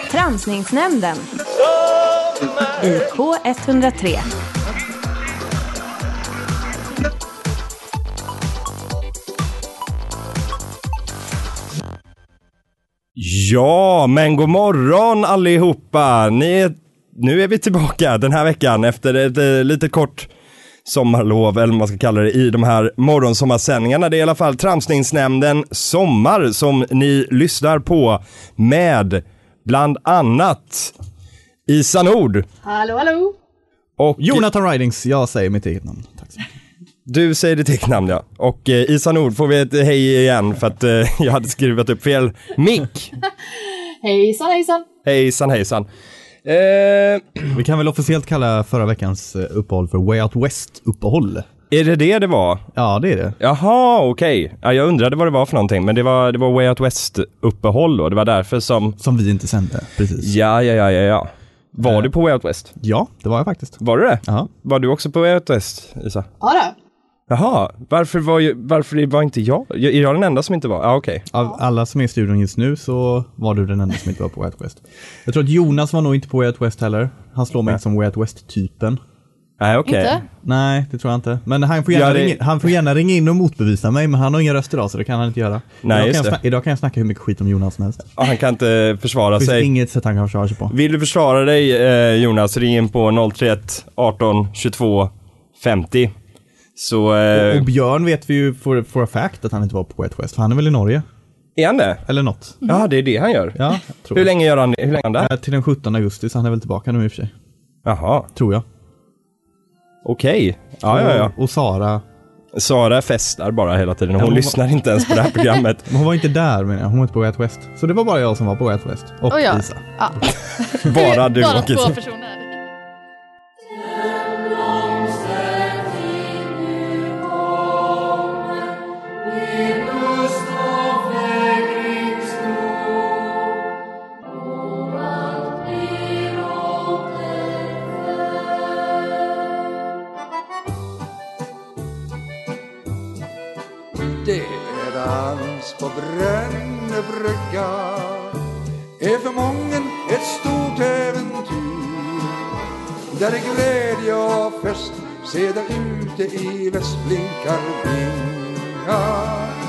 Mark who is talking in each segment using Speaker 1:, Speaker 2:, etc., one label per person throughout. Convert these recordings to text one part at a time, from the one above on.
Speaker 1: Tramsningsnämnden i K103.
Speaker 2: Ja, men god morgon allihopa. Nu är vi tillbaka den här veckan efter ett litet kort sommarlov, eller vad man ska kalla det, i de här morgonsommarsändningarna. Det är i alla fall Tramsningsnämnden sommar som ni lyssnar på med bland annat Isa Nord.
Speaker 3: Hallå, hallå.
Speaker 2: Och
Speaker 4: Jonathan Ridings, jag säger mitt eget namn. Tack så mycket.
Speaker 2: Du säger ditt eget namn, ja. Och Isa Nord får vi ett hej igen för att jag hade skrivit upp fel mick.
Speaker 3: Hejsan, hejsan.
Speaker 2: Hejsan, hejsan.
Speaker 4: Vi kan väl officiellt kalla förra veckans uppehåll för Way Out West-uppehåll.
Speaker 2: Är det var?
Speaker 4: Ja, det är det.
Speaker 2: Jaha, okej. Ja, jag undrade vad det var för någonting, men det var Way Out West-uppehåll och det var därför som
Speaker 4: vi inte sände, precis.
Speaker 2: Ja. Var du på Way Out West?
Speaker 4: Ja, det var jag faktiskt.
Speaker 2: Var du det?
Speaker 4: Ja.
Speaker 2: Var du också på Way Out West, Isa?
Speaker 3: Ja då.
Speaker 2: Jaha, varför var inte jag? Är jag den enda som inte var? Ja, okej.
Speaker 4: Av alla som är i studion just nu så var du den enda som inte var på Way Out West. Jag tror att Jonas var nog inte på Way Out West heller. Han slår mig inte som Way Out West-typen.
Speaker 2: Nej, okej.
Speaker 3: Inte?
Speaker 4: Nej, det tror jag inte. Men han får gärna ringa in och motbevisa mig, men han har inga röster idag så det kan han inte göra.
Speaker 2: Nej,
Speaker 4: idag kan jag snacka hur mycket skit om Jonas som helst.
Speaker 2: Ja, han kan inte försvara
Speaker 4: Det
Speaker 2: sig.
Speaker 4: finns inget sätt han kan försvara sig på.
Speaker 2: Vill du försvara dig, Jonas, ring in på 031 18 22 50. Så,
Speaker 4: Och Björn vet vi ju for a fact att han inte var på Way Out West, för han är väl i Norge?
Speaker 2: är han det?
Speaker 4: Eller något.
Speaker 2: Ja, det är det han gör.
Speaker 4: Ja, tror
Speaker 2: Hur
Speaker 4: jag.
Speaker 2: länge gör han det? Hur länge är han där?
Speaker 4: Till den 17 augusti, så han är väl tillbaka nu i och för sig.
Speaker 2: Jaha,
Speaker 4: Tror jag.
Speaker 2: okej. Ja.
Speaker 4: Och
Speaker 2: Sara festar bara hela tiden. Hon
Speaker 4: hon
Speaker 2: lyssnar inte ens på det här programmet.
Speaker 4: Men hon var inte där, men hon var inte på Way Out West. Så det var bara jag som var på Way Out West. Och
Speaker 3: Och jag.
Speaker 4: Isa.
Speaker 3: Ja.
Speaker 2: Bara du
Speaker 3: Bara
Speaker 2: och
Speaker 3: två
Speaker 2: Isa.
Speaker 3: personer.
Speaker 5: Det är dans på Brännebrygga, är för mången ett stort äventyr. Där är glädje och fest, se där ute i väst blinkar vingar.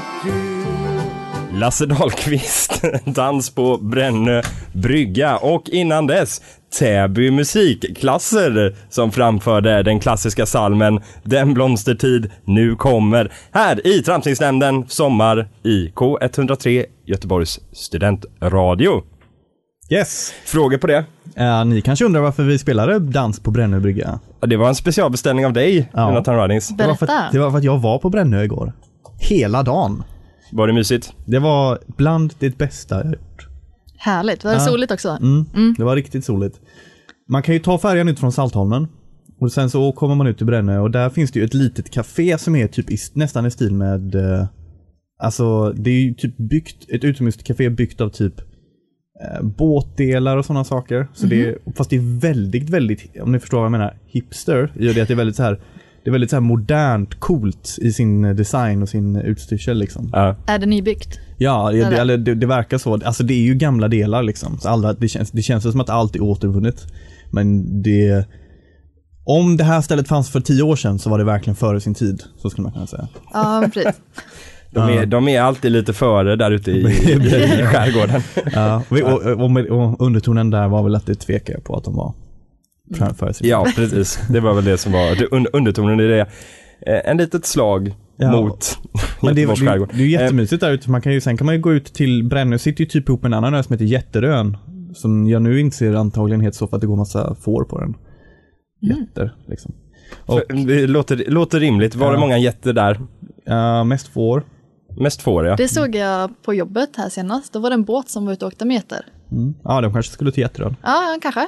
Speaker 2: Lasse Dahlqvist, dans på Brännö brygga. Och innan dess Täby musikklasser som framförde den klassiska salmen Den blomstertid nu kommer, här i Tramsningsnämnden sommar i K103 Göteborgs studentradio.
Speaker 4: Yes.
Speaker 2: Frågor på det?
Speaker 4: Ni kanske undrar varför vi spelade dans på Brännö brygga.
Speaker 2: Ja, det var en specialbeställning av dig,
Speaker 4: Ja.
Speaker 2: Jonathan Ridings.
Speaker 4: Det var för att jag var på Brännö igår. Hela dagen.
Speaker 2: Var det mysigt?
Speaker 4: Det var bland det bästa jag gjort.
Speaker 3: Härligt. Var det soligt också?
Speaker 4: Det var riktigt soligt. Man kan ju ta färjan ut från Saltholmen och sen så kommer man ut till Brännö och där finns det ju ett litet café som är typ nästan i stil med alltså det är ju typ byggt, ett utomhuscafé byggt av typ båtdelar och sådana saker. Så det är, fast det är väldigt, väldigt, om ni förstår vad jag menar, hipster gör det att det är väldigt så här. Det är väldigt så här modernt, coolt i sin design och sin utstyrsel liksom.
Speaker 2: Ja.
Speaker 3: Är det nybyggt?
Speaker 4: Ja, det verkar så. Alltså det är ju gamla delar liksom. Så det känns som att allt är återvunnet. Men om det här stället fanns för 10 år sedan så var det verkligen före sin tid. Så skulle man kunna säga.
Speaker 3: Ja, precis.
Speaker 2: De är alltid lite före där ute i skärgården.
Speaker 4: Ja, och undertonen där var väl att det tvekar jag på att de var framför sig.
Speaker 2: Ja, precis. Det var väl det som var undertonen i det. En litet slag mot
Speaker 4: Men det
Speaker 2: Göteborgs skärgård.
Speaker 4: är ju jättemysigt där ute. Sen kan man ju gå ut till Brännö, sitter ju typ ihop med en annan ö som heter Jätterön. Som jag nu inser antagligen heter så för att det går massa får på den. Jätter, liksom. Och,
Speaker 2: Det låter rimligt. Var det många jätter där?
Speaker 4: mest får.
Speaker 2: Mest får, ja.
Speaker 3: Det såg jag på jobbet här senast. Då var det en båt som var ute och åkte meter.
Speaker 4: Ja, de kanske skulle till Jätterön.
Speaker 3: Ja, kanske.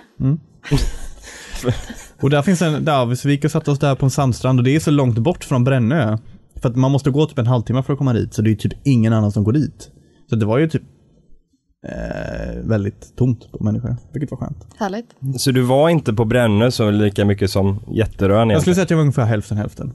Speaker 4: Och där finns så vi gick och satte oss där på en sandstrand och det är så långt bort från Brännö. För att man måste gå typ en halvtimme för att komma dit. Så det är typ ingen annan som går dit. Så det var ju typ väldigt tomt på människor. Vilket var skönt.
Speaker 3: Härligt.
Speaker 2: Så du var inte på Brännö så lika mycket som Jätterön?
Speaker 4: Jag skulle säga att jag var ungefär hälften.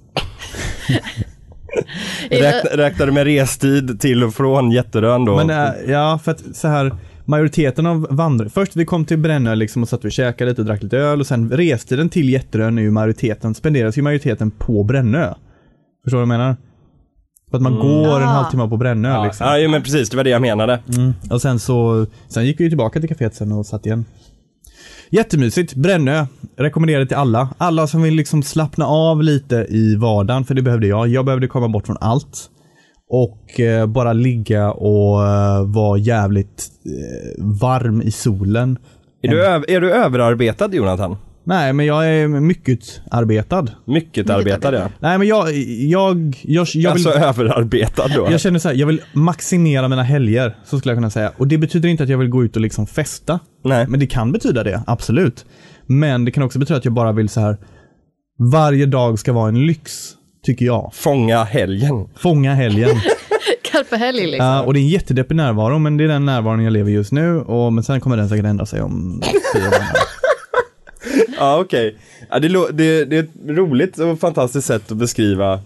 Speaker 2: Räknar du med restid till och från Jätterön då?
Speaker 4: Men ja, för att så här, majoriteten av vandring, först vi kom till Brännö liksom och satt vi och käkade lite och drack lite öl och sen restiden till Jätterön är ju spenderas ju majoriteten på Brännö. Förstår du vad jag menar? För att man går en halvtimme på Brännö liksom.
Speaker 2: Ja, men precis, det var det jag menade.
Speaker 4: Och sen gick vi tillbaka till kaféet sen och satt igen. Jättemysigt, Brännö, rekommenderar till alla. Alla som vill liksom slappna av lite i vardagen, för det behövde jag. Jag behövde komma bort från allt. Och bara ligga och vara jävligt varm i solen.
Speaker 2: Är du överarbetad, Jonathan?
Speaker 4: Nej, men jag är mycket arbetad.
Speaker 2: Mycket arbetad, ja.
Speaker 4: Nej, men jag vill,
Speaker 2: alltså överarbetad då?
Speaker 4: Jag känner så här, jag vill maximera mina helger, så skulle jag kunna säga. Och det betyder inte att jag vill gå ut och liksom festa.
Speaker 2: Nej.
Speaker 4: Men det kan betyda det, absolut. Men det kan också betyda att jag bara vill så här, varje dag ska vara en lyx, tycker jag.
Speaker 2: Fånga helgen.
Speaker 3: Carpe helg liksom.
Speaker 4: Och det är en jättedeppig närvaro, men det är den närvaron jag lever just nu. Men sen kommer den säkert ändra sig om 4 månader.
Speaker 2: Ja, okej. Ja, det är ett roligt och fantastiskt sätt att beskriva.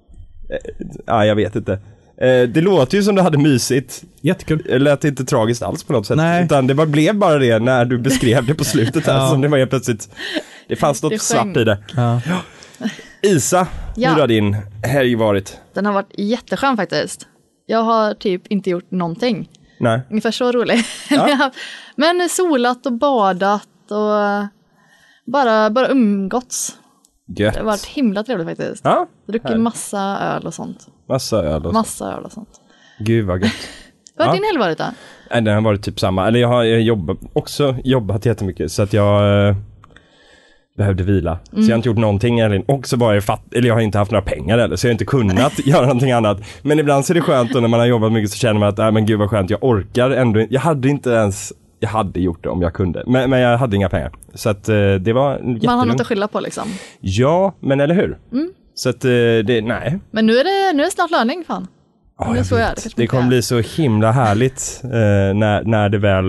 Speaker 2: Ja, jag vet inte. Det låter ju som du hade mysigt.
Speaker 4: Jättekul.
Speaker 2: Det lät inte tragiskt alls på något sätt.
Speaker 4: Nej.
Speaker 2: Utan det blev bara det när du beskrev det på slutet här. Som det var helt plötsligt. Det fanns något svart i det.
Speaker 4: Ja.
Speaker 2: Isa, hur har din helg varit?
Speaker 3: Den har varit jätteskön faktiskt. Jag har typ inte gjort någonting.
Speaker 2: Nej.
Speaker 3: Ungefär så rolig.
Speaker 2: Ja.
Speaker 3: Men solat och badat och bara umgåtts.
Speaker 2: Gött.
Speaker 3: Det har varit himla trevligt faktiskt.
Speaker 2: Ja.
Speaker 3: Druckit massa öl och sånt.
Speaker 2: Massa öl och sånt. Gud vad gött.
Speaker 3: Vad har din helg varit då?
Speaker 2: Nej, den har varit typ samma. Eller jag har jobbat jättemycket så att jag behövde vila. Så jag har inte gjort någonting och så var jag har inte haft några pengar eller så jag har inte kunnat göra någonting annat. Men ibland så är det skönt då när man har jobbat mycket så känner man att men gud vad skönt, jag orkar ändå. Jag hade gjort det om jag kunde. Men jag hade inga pengar. Så att det var jättelugnt.
Speaker 3: Man har något att skylla på liksom.
Speaker 2: Ja, men eller hur? Så att nej.
Speaker 3: Men nu är det snart löning fan.
Speaker 2: Det kommer bli så himla härligt när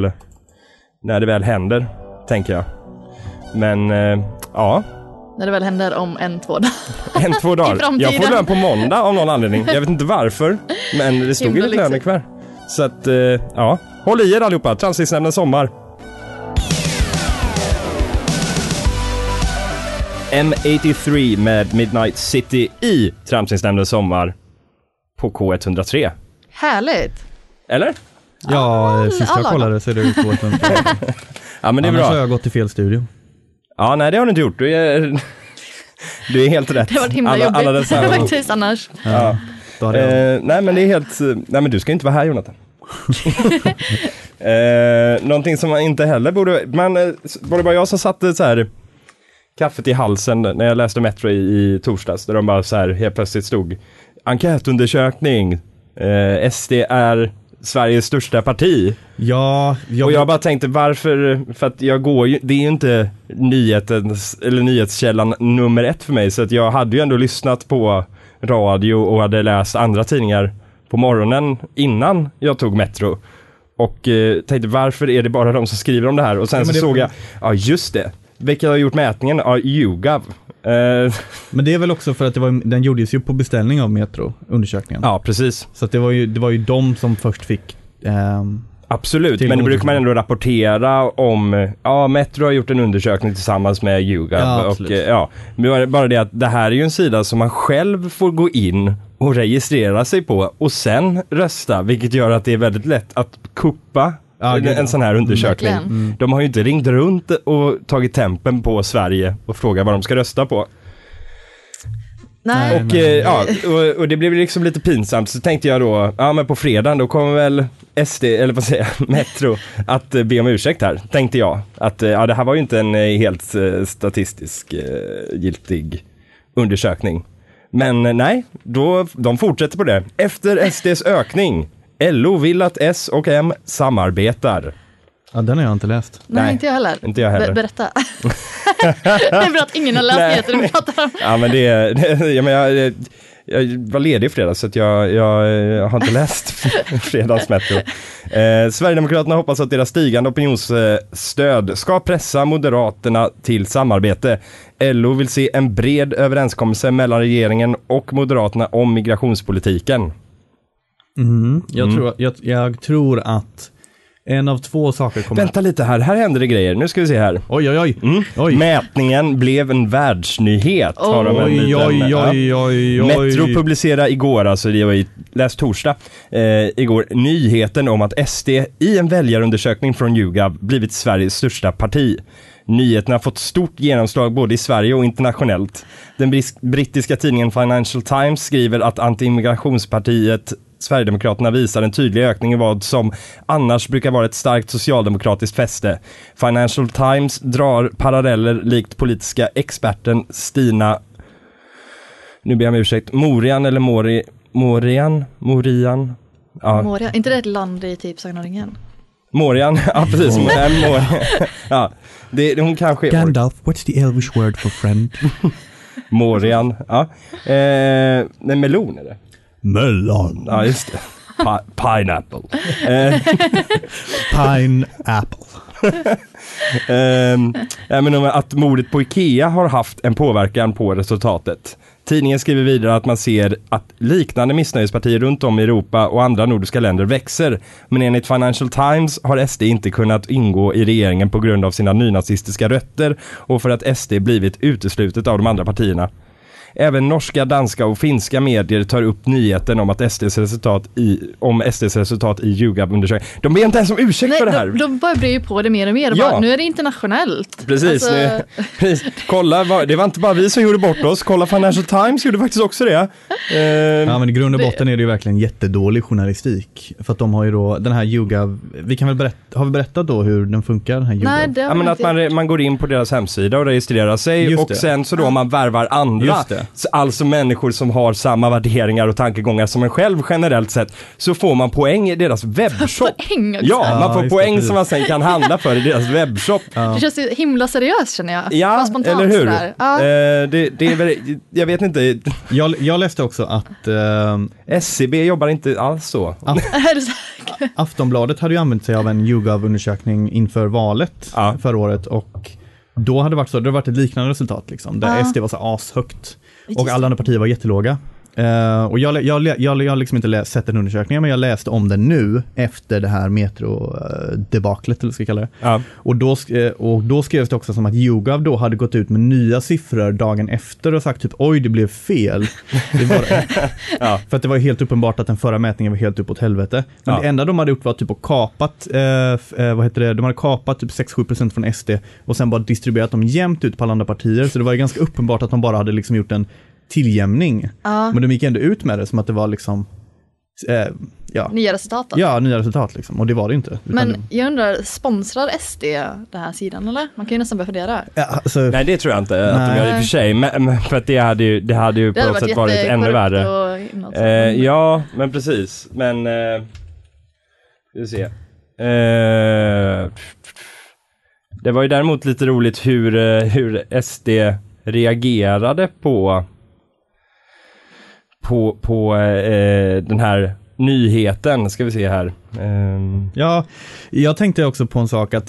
Speaker 2: det väl händer, tänker jag. Men ja.
Speaker 3: När det väl händer om 1-2 dagar.
Speaker 2: 1-2 dagar. Jag får lön på måndag av någon anledning. Jag vet inte varför. Men det stod ju lön kvar. Så att ja. Håll i er allihopa. Transitnämnden sommar. M83 med Midnight City i Transitnämnden sommar på K103.
Speaker 3: Härligt.
Speaker 2: Eller?
Speaker 4: Ja, sist jag kollade så är det ju K103.
Speaker 2: Ja, men det är bra.
Speaker 4: Annars har jag gått till fel studio.
Speaker 2: Ja, nej det har du inte gjort. Du är helt rätt.
Speaker 3: Det har varit himla jobbigt.
Speaker 2: Alla dessa
Speaker 3: faktiskt annars.
Speaker 4: Ja.
Speaker 2: Nej men det är helt... Nej men du ska inte vara här, Jonathan. Någonting som man inte heller borde... var det bara jag som satte så här kaffet i halsen när jag läste Metro i torsdags, där de bara så här helt plötsligt stod enkätundersökning, SD är Sveriges största parti.
Speaker 4: Ja,
Speaker 2: och jag bara tänkte varför, för att jag går ju, det är ju inte nyhetskällan nummer 1 för mig, så att jag hade ju ändå lyssnat på radio och hade läst andra tidningar på morgonen innan jag tog Metro och tänkte varför är det bara de som skriver om det här, och sen så såg jag, ja just det, vilka har gjort mätningen? Ja, YouGov.
Speaker 4: Men det är väl också för att den gjordes ju på beställning av Metro, undersökningen.
Speaker 2: Ja, precis.
Speaker 4: Så att det var ju de som först fick...
Speaker 2: Absolut, men det brukar man ändå rapportera om. Ja, Metro har gjort en undersökning tillsammans med YouGov.
Speaker 4: Ja,
Speaker 2: och men bara det att det här är ju en sida som man själv får gå in och registrera sig på och sen rösta, vilket gör att det är väldigt lätt att kuppa en sån här undersökning. De har ju inte ringt runt och tagit tempen på Sverige och frågat vad de ska rösta på.
Speaker 3: Nej.
Speaker 2: Och det blev liksom lite pinsamt, så tänkte jag då, men på fredagen då kommer väl SD, eller vad säger jag, Metro att be om ursäkt här, tänkte jag. Att det här var ju inte en helt statistisk giltig undersökning. Men nej, de fortsätter på det. Efter SDs ökning, LO vill att S och M samarbetar.
Speaker 4: Ja, den har jag inte läst.
Speaker 3: Nej, inte jag heller.
Speaker 2: Inte jag heller.
Speaker 3: Berätta. Det är bra att ingen har läst nyheter du pratar om.
Speaker 2: Ja, men jag var ledig i fredags så att jag har inte läst fredags Metro. Sverigedemokraterna hoppas att deras stigande opinionsstöd ska pressa Moderaterna till samarbete. LO vill se en bred överenskommelse mellan regeringen och Moderaterna om migrationspolitiken.
Speaker 4: Jag tror att En av två saker kommer.
Speaker 2: Vänta lite här händer det grejer. Nu ska vi se här.
Speaker 4: Oj.
Speaker 2: Mätningen blev en världsnyhet. Har de en liten, Metro publicerade igår, alltså det var läst torsdag, igår, nyheten om att SD i en väljarundersökning från YouGov blivit Sveriges största parti. Nyheten har fått stort genomslag både i Sverige och internationellt. Den brittiska tidningen Financial Times skriver att anti-immigrationspartiet Sverigedemokraterna visar en tydlig ökning i vad som annars brukar vara ett starkt socialdemokratiskt fäste. Financial Times drar paralleller likt politiska experten Stina, nu ber jag om ursäkt, Morian eller Morian? Ja.
Speaker 3: Moria, inte det ett land i typ Sagan om ringen?
Speaker 2: Morian, ja precis. Morian. Ja, hon kanske...
Speaker 4: Gandalf, what's the Elvish word for friend?
Speaker 2: Morian, ja. Nej, melon är det.
Speaker 4: Melon.
Speaker 2: Ja, just det. Pineapple.
Speaker 4: Pineapple.
Speaker 2: Men att mordet på Ikea har haft en påverkan på resultatet. Tidningen skriver vidare att man ser att liknande missnöjespartier runt om i Europa och andra nordiska länder växer. Men enligt Financial Times har SD inte kunnat ingå i regeringen på grund av sina nynazistiska rötter och för att SD blivit uteslutet av de andra partierna. Även norska, danska och finska medier tar upp nyheten om att SDs resultat i YouGov-undersökningen. De ber inte ens om ursäkt för det här.
Speaker 3: De bara bryr på det mer och mer.
Speaker 2: Ja.
Speaker 3: Bara, nu är det internationellt.
Speaker 2: Precis.
Speaker 3: Alltså...
Speaker 2: Precis. Kolla, det var inte bara vi som gjorde bort oss. Kolla, Financial Times gjorde faktiskt också det.
Speaker 4: Ja, men i grund och botten är det ju verkligen jättedålig journalistik. För att de har ju då, den här YouGov, vi kan väl har vi berättat då hur den funkar, den här YouGov?
Speaker 3: Nej, det har
Speaker 2: men att man går in på deras hemsida och registrerar sig.
Speaker 4: Just
Speaker 2: och
Speaker 4: det.
Speaker 2: sen så då man värvar andra.
Speaker 4: Just det.
Speaker 2: Alltså människor som har samma värderingar och tankegångar som en själv generellt sett, så får man poäng i deras webbshop.
Speaker 3: Poäng också.
Speaker 2: Ja, man får
Speaker 4: just
Speaker 2: poäng
Speaker 4: det,
Speaker 2: som man sen kan handla för i deras webbshop.
Speaker 3: Det känns ju himla seriöst, känner jag.
Speaker 2: Ja,
Speaker 3: Bara spontant
Speaker 2: eller hur?
Speaker 3: sådär. Ja.
Speaker 2: Det är väl, jag vet inte.
Speaker 4: Jag läste också att
Speaker 2: SCB jobbar inte alls så.
Speaker 3: Är det säkert?
Speaker 4: Aftonbladet hade ju använt sig av en YouGov-undersökning inför valet förra året, och då hade det varit så, det har varit ett liknande resultat liksom, där SD var så ashögt och alla andra partier var jättelåga. Och jag har liksom inte sett den undersökningen, men jag läste om den nu efter det här metro-debaklet, eller ska jag kalla det.
Speaker 2: Ja.
Speaker 4: Och då skrevs det också som att YouGov då hade gått ut med nya siffror dagen efter och sagt typ, oj, det blev fel. Det var det. För att det var helt uppenbart att den förra mätningen var helt uppåt helvete. Men det enda de hade gjort var typ att kapat de hade kapat typ 6-7% från SD och sen bara distribuerat dem jämnt ut på alla andra partier. Så det var ju ganska uppenbart att de bara hade liksom gjort en tillgämning. Men de gick ändå ut med det som att det var liksom
Speaker 3: Nya resultat då?
Speaker 4: Ja, nya resultat liksom. Och det var det inte.
Speaker 3: Men jag undrar, sponsrar SD den här sidan eller? Man kan ju nästan börja fundera.
Speaker 4: Alltså,
Speaker 2: nej, det tror jag inte att de gör i och för sig. Men för att det hade ju på något sätt varit ännu värre. Ja, men precis. Men vi se. Det var ju däremot lite roligt hur SD reagerade på den här nyheten, ska vi se här.
Speaker 4: Ja, jag tänkte också på en sak att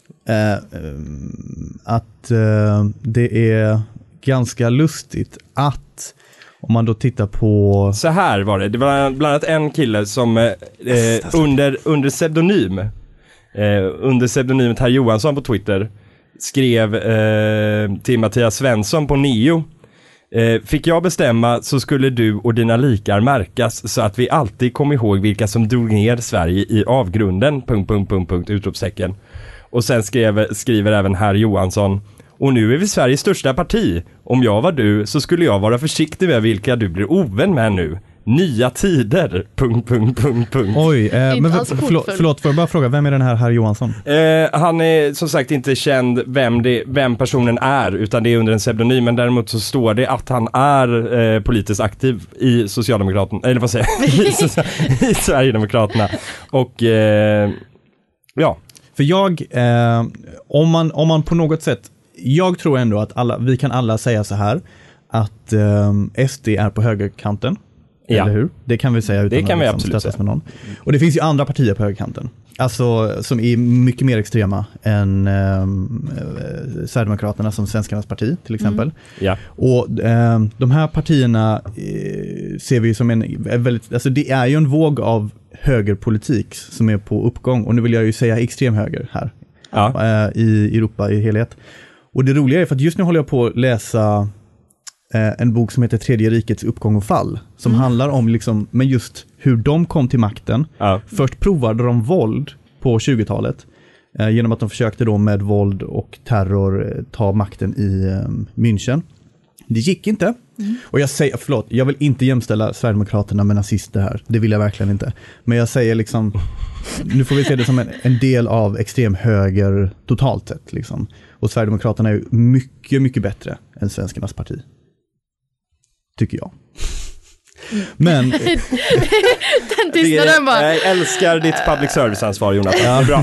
Speaker 4: det är ganska lustigt att om man då tittar på...
Speaker 2: Så här var det. Det var bland annat en kille som under pseudonym under pseudonymet Herr Johansson på Twitter skrev till Mattias Svensson på Neo. Fick jag bestämma så skulle du och dina likar märkas så att vi alltid kom ihåg vilka som drog ner Sverige i avgrunden, ... utropstecken. Och sen skriver även Herr Johansson: och nu är vi Sveriges största parti. Om jag var du så skulle jag vara försiktig med vilka du blir ovän med nu. Nya tider, ...
Speaker 4: Oj, men förlåt, får jag bara fråga, vem är den här Herr Johansson?
Speaker 2: Han är som sagt inte känd vem personen är, utan det är under en pseudonym, men däremot så står det att han är politiskt aktiv i Socialdemokraterna, eller vad säger jag? I Sverigedemokraterna. Och ja.
Speaker 4: För om man på något sätt, jag tror ändå att vi kan alla säga så här, att SD är på högerkanten.
Speaker 2: Ja.
Speaker 4: Eller hur? Det kan vi säga utan
Speaker 2: det kan
Speaker 4: att
Speaker 2: vi absolut
Speaker 4: säga. Med någon. Och det finns ju andra partier på högerkanten. Alltså som är mycket mer extrema än Sverigedemokraterna, som Svenskarnas parti till exempel.
Speaker 2: Ja.
Speaker 4: Och de här partierna ser vi ju som en väldigt, alltså det är ju en våg av högerpolitik som är på uppgång. Och nu vill jag ju säga extrem höger här i Europa i helhet. Och det roliga är för att just nu håller jag på att läsa en bok som heter Tredje rikets uppgång och fall. Som handlar om liksom, men just hur de kom till makten. Först provade de våld på 20-talet. Genom att de försökte då med våld och terror ta makten i München. Det gick inte. Och jag säger, jag vill inte jämställa Sverigedemokraterna med nazister här. Det vill jag verkligen inte. Men jag säger liksom, nu får vi se det som en del av extrem höger totalt sett. Liksom. Och Sverigedemokraterna är ju mycket, mycket bättre än Svenskarnas parti. Tycker jag. Men
Speaker 3: den tystnaden bara.
Speaker 2: Jag älskar ditt public service-ansvar, Jonathan. Ja. Det är bra.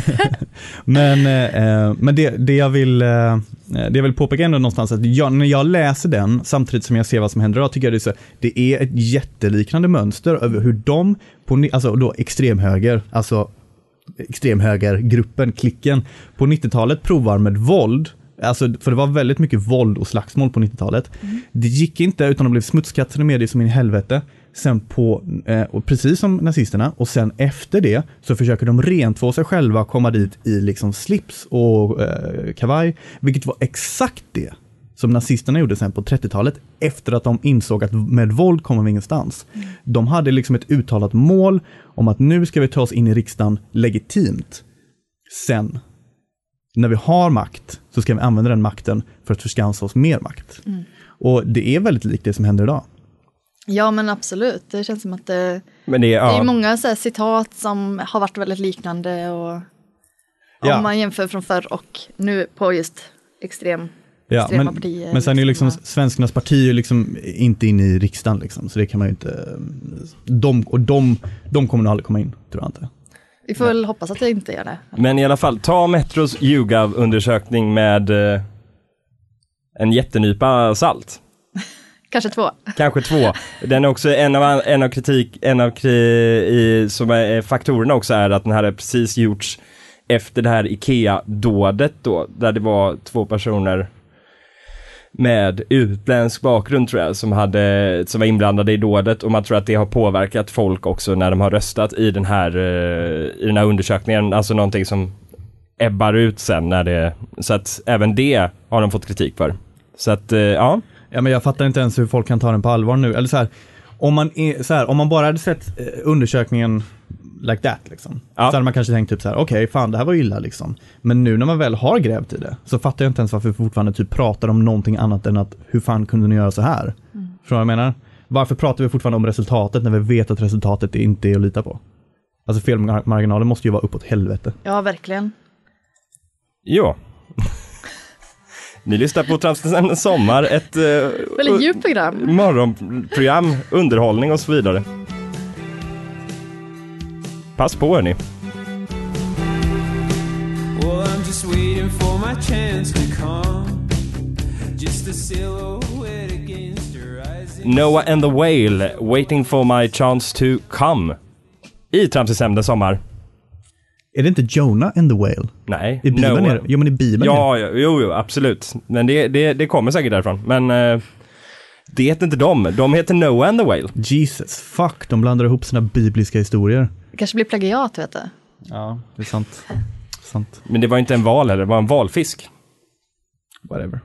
Speaker 4: Men det jag vill påpeka ändå någonstans att när jag läser den samtidigt som jag ser vad som händer, då tycker jag det är ett jätteliknande mönster över hur de alltså då extremhögergruppen, klicken på 90-talet provar med våld. Alltså, för det var väldigt mycket våld och slagsmål på 90-talet. Det gick inte utan de blev smutskastade med det som i helvete. Sen och precis som nazisterna. Och sen efter det så försöker de rentvå sig själva komma dit i liksom slips och kavaj. Vilket var exakt det som nazisterna gjorde sen på 30-talet. Efter att de insåg att med våld kommer vi ingenstans. De hade liksom ett uttalat mål om att nu ska vi ta oss in i riksdagen legitimt. Sen när vi har makt så ska vi använda den makten för att förskansa oss mer makt. Och det är väldigt likt det som händer idag.
Speaker 3: Ja, men absolut. Det känns som att det är många så här citat som har varit väldigt liknande. Och om man jämför från förr och nu på just extrema partier.
Speaker 4: Men sen är ju liksom Svenskarnas parti är liksom inte inne i riksdagen. Liksom, så det kan man ju inte... De kommer nog aldrig komma in, tror jag inte.
Speaker 3: Vi får väl hoppas att det inte gör det.
Speaker 2: Men i alla fall, ta Metros YouGov-undersökning med en jättenypa salt.
Speaker 3: Kanske 2.
Speaker 2: Kanske 2. Den är också som är faktorerna också är att den här är precis gjorts efter det här IKEA-dådet då, där det var 2 personer med utländsk bakgrund tror jag som var inblandade i dådet, och man tror att det har påverkat folk också när de har röstat i den här undersökningen, alltså någonting som ebbar ut sen när det, så att även det har de fått kritik för. Så att ja,
Speaker 4: men jag fattar inte ens hur folk kan ta den på allvar nu, eller så här, om man bara hade sett undersökningen like that liksom. Så hade man kanske tänkt typ så här: okej, fan, det här var illa liksom. Men nu när man väl har grävt i det så fattar jag inte ens varför vi fortfarande typ pratar om någonting annat än att hur fan kunde ni göra så här? Förstår vad jag menar? Varför pratar vi fortfarande om resultatet när vi vet att resultatet inte är att lita på? Alltså felmarginalen måste ju vara uppåt helvete.
Speaker 3: Ja, verkligen.
Speaker 2: Ja. Ni lyssnar på Transcendent Sommar, ett
Speaker 3: väldigt djupt program.
Speaker 2: Morgonprogram, underhållning och så vidare. Pass på hörni. Well, I'm just waiting for my chance to come. Just a silhouette against your eyes. Noah and the Whale, waiting for my chance to come. I Transcendent Sommar.
Speaker 4: Är det inte Jonah and the Whale?
Speaker 2: Nej.
Speaker 4: I Bibeln är det. Jo, men i Bibeln
Speaker 2: jo, absolut. Men det kommer säkert därifrån. Men det heter inte dem. De heter Noah and the Whale.
Speaker 4: Jesus, fuck. De blandar ihop sina bibliska historier.
Speaker 3: Det kanske blir plagiat, vet du.
Speaker 4: Ja, det är sant.
Speaker 2: Men det var inte en val heller, det var en valfisk.
Speaker 4: Whatever.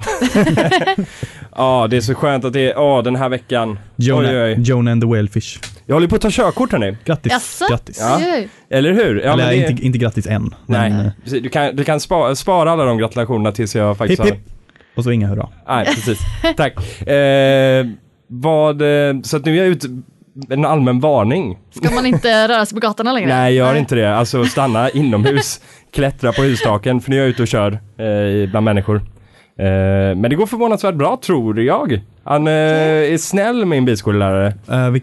Speaker 2: Ja, det är så skönt att det är den här veckan.
Speaker 4: Jonah and the Whalefish.
Speaker 2: Jag håller på att ta körkort hörni.
Speaker 4: Grattis.
Speaker 2: Ja. Eller hur? Ja,
Speaker 4: eller inte grattis än.
Speaker 2: Nej, men... du kan spara alla de gratulationerna tills jag faktiskt
Speaker 4: hip. Och så inga hurra.
Speaker 2: Nej, precis. Tack. Så att nu är jag ute en allmän varning.
Speaker 3: Ska man inte röra sig på gatorna längre?
Speaker 2: Nej, gör inte det. Alltså stanna inomhus, klättra på hustaken, för nu är jag ute och kör bland människor. Men det går förvånansvärt bra, tror jag. Han är snäll med en bilskollärare.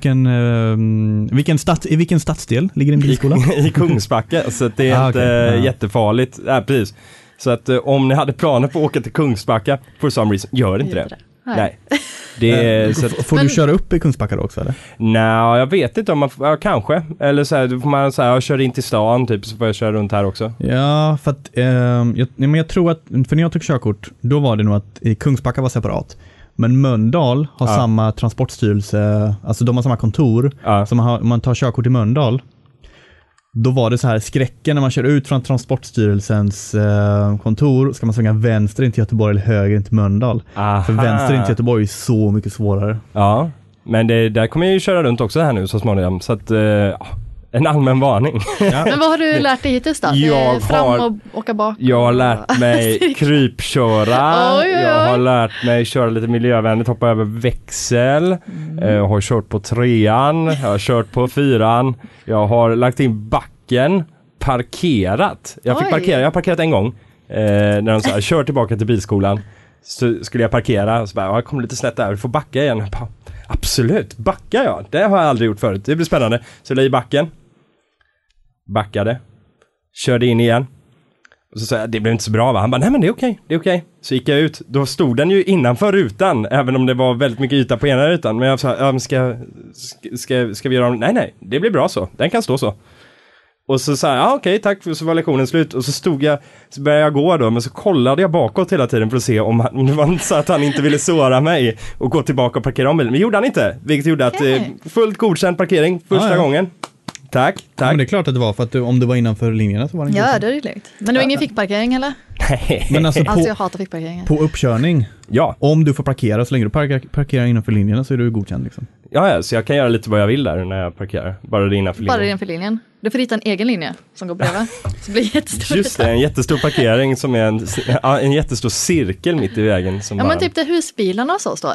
Speaker 4: I vilken stadsdel ligger din bilskola?
Speaker 2: I Kungsbacka, så det är inte jättefarligt. Precis. Så att om ni hade planer på att åka till Kungsbacka, for some reason, gör inte det. Nej.
Speaker 4: Får du köra upp i Kungsbacka då också eller?
Speaker 2: Nej, jag vet inte om man kanske. Eller så här, då får man säga jag kör in till stan typ, så får jag köra runt här också.
Speaker 4: Ja, för att jag tror att, för när jag tog körkort, då var det nog att i Kungsbacka var separat. Men Mölndal har samma transportstyrelse, alltså de har samma kontor. Så om man tar körkort i Mölndal Då var det så här skräcken när man kör ut från Transportstyrelsens kontor. Ska man svänga vänster in till Göteborg eller höger in till Mölndal.
Speaker 2: Aha.
Speaker 4: För vänster in till Göteborg är så mycket svårare.
Speaker 2: Ja, men där kommer jag ju köra runt också här nu så småningom. Så att, en allmän varning.
Speaker 3: Ja. Men vad har du lärt dig hittills då? Fram och åka bak?
Speaker 2: Jag har lärt mig krypköra.
Speaker 3: Oj.
Speaker 2: Jag har lärt mig köra lite miljövänligt, hoppa över växel. Jag har kört på 3:an. Jag har kört på 4:an. Jag har lagt in backen. Parkerat. Jag har parkerat en gång. När de sa, kör tillbaka till bilskolan. Så skulle jag parkera. Så bara, jag kommer lite snett där. Du får backa igen. Absolut, backar jag. Det har jag aldrig gjort förut. Det blir spännande. Så jag la i backen. Backade. Körde in igen. Och så sa jag, det blev inte så bra va? Han bara, nej men det är okej. Så gick jag ut. Då stod den ju innanför rutan. Även om det var väldigt mycket yta på ena rutan. Men jag sa, ska vi göra om? Nej, det blir bra så. Den kan stå så. Och så sa jag, okej, tack. Så var lektionen slut. Och så började jag gå då. Men så kollade jag bakåt hela tiden för att se om det var så att han inte ville såra mig. Och gå tillbaka och parkera om bilen. Men det gjorde han inte. Vilket gjorde att fullt godkänd parkering första gången. Tack.
Speaker 4: Men det är klart att det var, för att om det var innanför linjerna så var det inte.
Speaker 3: Ja, det är rimligt. Men det var ingen fickparkering heller?
Speaker 2: Nej.
Speaker 4: Men alltså
Speaker 3: jag hatar fickparkeringar.
Speaker 4: På uppkörning, om du får parkera, så länge du parkerar innanför linjerna så är du godkänd liksom.
Speaker 2: Ja, så jag kan göra lite vad jag vill där när jag parkerar. Bara det innanför linjen. Du får rita en egen linje som går bredvid. Så blir jättestor. Just det, en jättestor parkering som är en jättestor cirkel mitt i vägen. Som
Speaker 3: men typ där husbilarna och så står.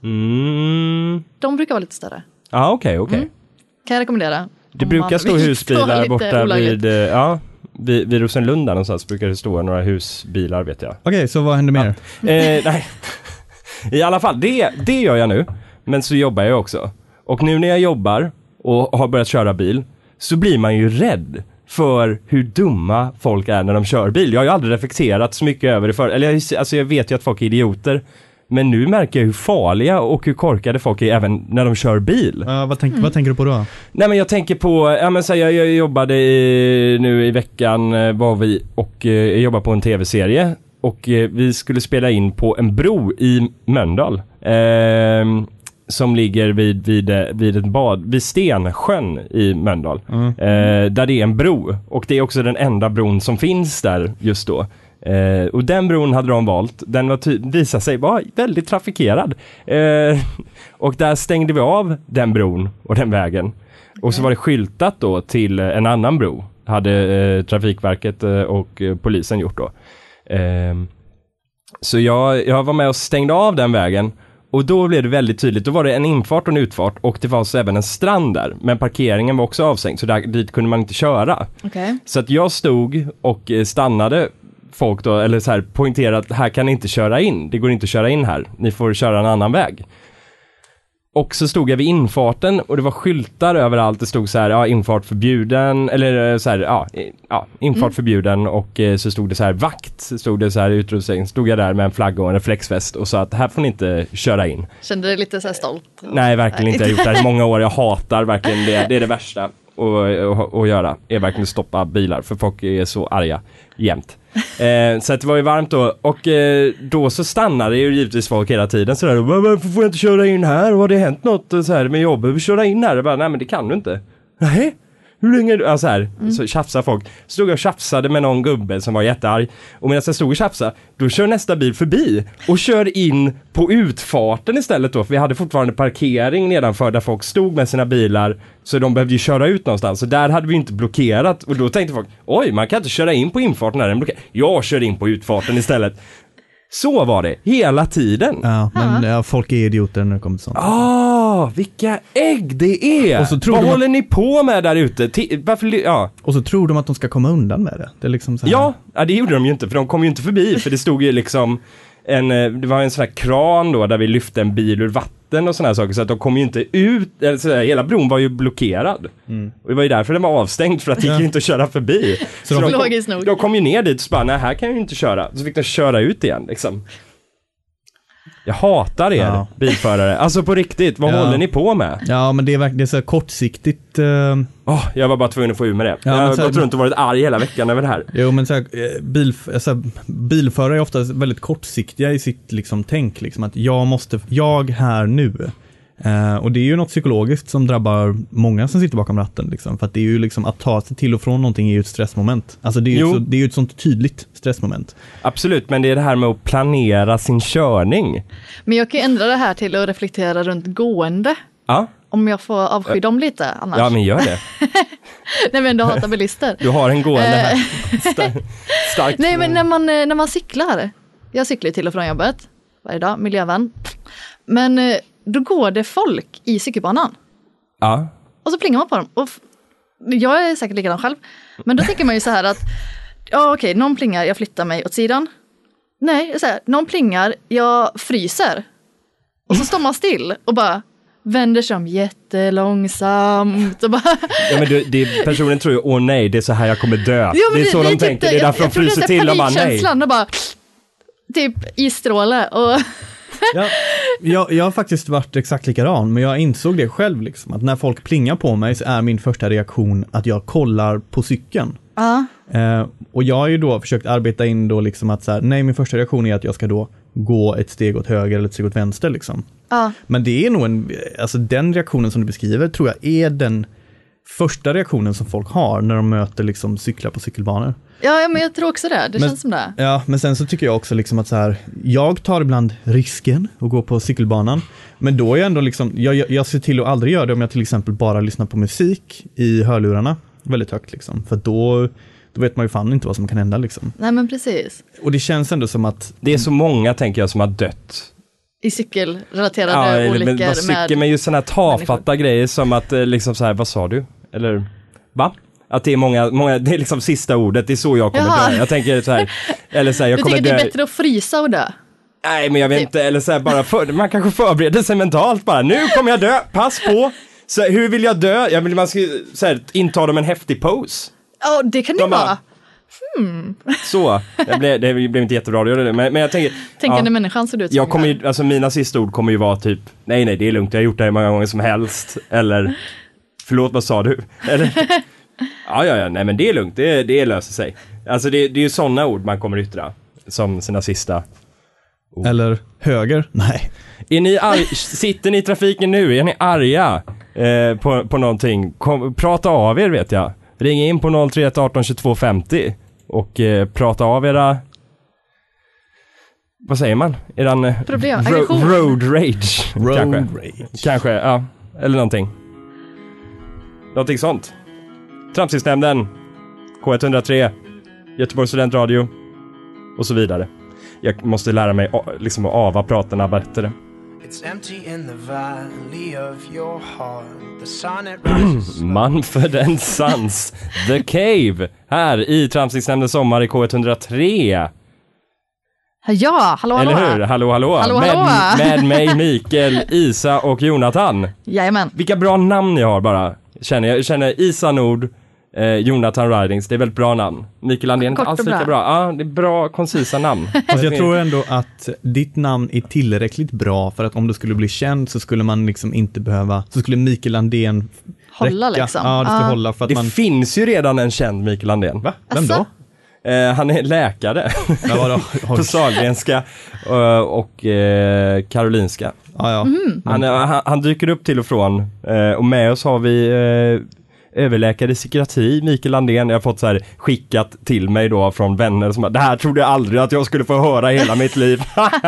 Speaker 3: De brukar vara lite större.
Speaker 2: Ja, okej.
Speaker 3: Kan jag rekommendera.
Speaker 2: Det brukar stå husbilar borta vid Rosenlund någonstans brukar det stå några husbilar, vet jag.
Speaker 4: Okej, så vad händer mer?
Speaker 2: Nej. I alla fall, det gör jag nu. Men så jobbar jag också. Och nu när jag jobbar och har börjat köra bil så blir man ju rädd för hur dumma folk är när de kör bil. Jag har ju aldrig reflekterat så mycket över det för. Eller jag vet ju att folk är idioter. Men nu märker jag hur farliga och hur korkade folk är även när de kör bil.
Speaker 4: Vad tänker du på då?
Speaker 2: Nej, men jag tänker på, jag jobbade nu i veckan var vi och jag jobbade på en tv-serie. Och vi skulle spela in på en bro i Mölndal. Som ligger vid ett bad, vid Stensjön i Mölndal. Där det är en bro. Och det är också den enda bron som finns där just då. Och den bron hade de valt. Den visade sig vara väldigt trafikerad. Och där stängde vi av den bron och den vägen. Och så var det skyltat då till en annan bro. Hade Trafikverket och polisen gjort då. Så jag var med och stängde av den vägen. Och då blev det väldigt tydligt. Då var det en infart och en utfart. Och det var så även en strand där. Men parkeringen var också avstängd. Så dit kunde man inte köra. Så att jag stod och stannade folk då, eller så här poängterade att här kan ni inte köra in. Det går inte att köra in här. Ni får köra en annan väg. Och så stod jag vid infarten och det var skyltar överallt. Det stod så här, infart förbjuden, eller så här, infart förbjuden, och så stod det så här, vakt, stod det så här, utrustning. Stod jag där med en flagga och en reflexväst och sa att här får ni inte köra in.
Speaker 3: Kände du lite så här stolt?
Speaker 2: Nej, verkligen inte. Jag har gjort det här i många år. Jag hatar verkligen det. Det är det värsta att göra. Är verkligen stoppa bilar, för folk är så arga jämt. Så att det var ju varmt då. Och då så stannade ju givetvis folk hela tiden sådär. Varför får jag inte köra in här? Har det hänt något så här med jobbet? Vi köra in här? Bara, nej, men det kan du inte. Nej. Hur länge? Alltså här, så tjafsar folk. Så stod jag och tjafsade med någon gubbe som var jättearg. Och medan jag stod och tjafsade, då kör nästa bil förbi och kör in på utfarten istället då. För vi hade fortfarande parkering nedanför där folk stod med sina bilar. Så de behövde ju köra ut någonstans. Så där hade vi inte blockerat. Och då tänkte folk, oj, man kan inte köra in på infarten när den blockerar. Jag kör in på utfarten istället. Så var det hela tiden.
Speaker 4: Ja, men folk är idioter när det kommer till sånt.
Speaker 2: Vilka ägg det är!
Speaker 4: Och så tror
Speaker 2: vad håller ni på med där ute? Varför,
Speaker 4: Och så tror de att de ska komma undan med det. Det är liksom så här.
Speaker 2: Ja, det gjorde de ju inte, för de kom ju inte förbi. För det stod ju liksom det var en sån här kran då där vi lyfte en bil ur vatten och såna här saker, så att de kom ju inte ut, eller så där, hela bron var ju blockerad. Och det var ju därför den var avstängd, för att det gick ju inte att köra förbi.
Speaker 3: Så
Speaker 2: de kom ju ner dit och så bara, nej, här kan jag ju inte köra. Så fick de köra ut igen liksom. Jag hatar er bilförare. Alltså på riktigt, vad håller ni på med?
Speaker 4: Ja, men det är verkligen så kortsiktigt.
Speaker 2: Jag var bara tvungen att få ur med det. Jag har gått runt och varit arg hela veckan över det här.
Speaker 4: Jo, men så här, bilförare är ofta väldigt kortsiktiga i sitt liksom tänk. Liksom, att jag här nu Och det är ju något psykologiskt som drabbar många som sitter bakom ratten. Liksom. För att det är ju liksom att ta sig till och från någonting är ju ett stressmoment. Alltså det är ju ett sånt tydligt stressmoment.
Speaker 2: Absolut, men det är det här med att planera sin körning.
Speaker 3: Men jag kan ändra det här till att reflektera runt gående.
Speaker 2: Ja.
Speaker 3: Om jag får avsky dem lite annars.
Speaker 2: Ja, men gör det.
Speaker 3: Nej, men du hatar bilister.
Speaker 2: Du har en gående här. Starkt.
Speaker 3: Nej, men när man cyklar. Jag cyklar till och från jobbet varje dag, miljövän. Men då går det folk i cykelbanan.
Speaker 2: Ja.
Speaker 3: Och så plingar man på dem. Och jag är säkert likadan själv. Men då tänker man ju så här att okej, någon plingar, jag flyttar mig åt sidan. Nej, så här, någon plingar, jag fryser. Och så står man still och bara vänder sig om jättelångsamt och bara...
Speaker 2: Ja, men personen tror ju, nej, det är så här jag kommer dö. Ja, det är så de tänker, det är därför de fryser till och bara nej.
Speaker 3: Och bara typ isstråle och...
Speaker 4: Jag har faktiskt varit exakt likadan, men jag insåg det själv liksom, att när folk plingar på mig så är min första reaktion att jag kollar på cykeln. Och jag har ju då försökt arbeta in då liksom att så här, nej, min första reaktion är att jag ska då gå ett steg åt höger eller ett steg åt vänster liksom. Men det är nog alltså den reaktionen som du beskriver tror jag är den första reaktionen som folk har när de möter liksom cyklar på cykelbanor.
Speaker 3: Ja, men jag tror också det. Det känns som det.
Speaker 4: Ja, men sen så tycker jag också liksom att så här, jag tar ibland risken att gå på cykelbanan, men då är jag ändå liksom, jag ser till att aldrig göra det om jag till exempel bara lyssnar på musik i hörlurarna väldigt högt liksom, för då vet man ju fan inte vad som kan hända liksom.
Speaker 3: Nej, men precis.
Speaker 4: Och det känns ändå som att
Speaker 2: det är så många, tänker jag, som har dött
Speaker 3: i cykelrelaterade olyckor
Speaker 2: med just sådana här tafatta grejer som att liksom så här, vad sa du? Eller, va? Att det är många, det är liksom sista ordet, det är så jag kommer dö. Jag tänker så här, eller så här, jag kommer dö.
Speaker 3: Du tycker det är bättre att frysa och dö?
Speaker 2: Nej, men jag vet inte, eller så här, bara man kanske förbereder sig mentalt bara, nu kommer jag dö, pass på. Så här, hur vill jag dö? Jag vill man ska så här, inta dem en häftig pose.
Speaker 3: Ja, det kan det vara.
Speaker 2: Så, det blev inte jättebra att göra det, men jag tänker...
Speaker 3: Tänkande människan ser det ut som
Speaker 2: jag kommer ju, alltså mina sista ord kommer ju vara typ, nej, det är lugnt, jag har gjort det här många gånger som helst. Eller, förlåt, vad sa du? Eller, ja, nej, men det är lugnt, det löser sig. Alltså det är ju sådana ord man kommer yttra som sina sista ord.
Speaker 4: Eller höger? Nej.
Speaker 2: Sitter ni i trafiken nu? Är ni arga på någonting? Prata av er, vet jag. Ring in på 031 18 22 50 och prata av era, vad säger man? Eran
Speaker 3: problem,
Speaker 2: road rage. Kanske, ja. Eller någonting sånt. Tramsnämnden, K103, Göteborgs studentradio och så vidare. Jag måste lära mig liksom att ava pratarna bättre. It's empty in the valley of your heart. The sun it rises. Manfred & Sons, The Cave. Här i Tramsnämndens sommar i K103.
Speaker 3: Ja, hallå.
Speaker 2: Eller hur? Hallå. Med mig, Mikael, Isa och Jonathan.
Speaker 3: Jajamän.
Speaker 2: Vilka bra namn ni har bara. Jag känner Isa Nord, Jonathan Ridings, det är väldigt bra namn. Mikael Andén är inte alls lika bra. Ja, det är bra, koncisa namn.
Speaker 4: Alltså jag tror ändå att ditt namn är tillräckligt bra för att om du skulle bli känd så skulle man liksom inte behöva, så skulle Mikael Andén
Speaker 3: hålla räcka. Liksom.
Speaker 4: Ja, det skulle hålla för att
Speaker 2: det finns ju redan en känd Mikael Andén.
Speaker 4: Va? Vem då?
Speaker 2: Han är läkare på Sahlgrenska och Karolinska.
Speaker 4: Ja.
Speaker 2: Han dyker upp till och från och med oss har vi överläkare i psykiatri, Mikael Andén. Jag har fått så här skickat till mig då från vänner som det här trodde jag aldrig att jag skulle få höra hela mitt liv.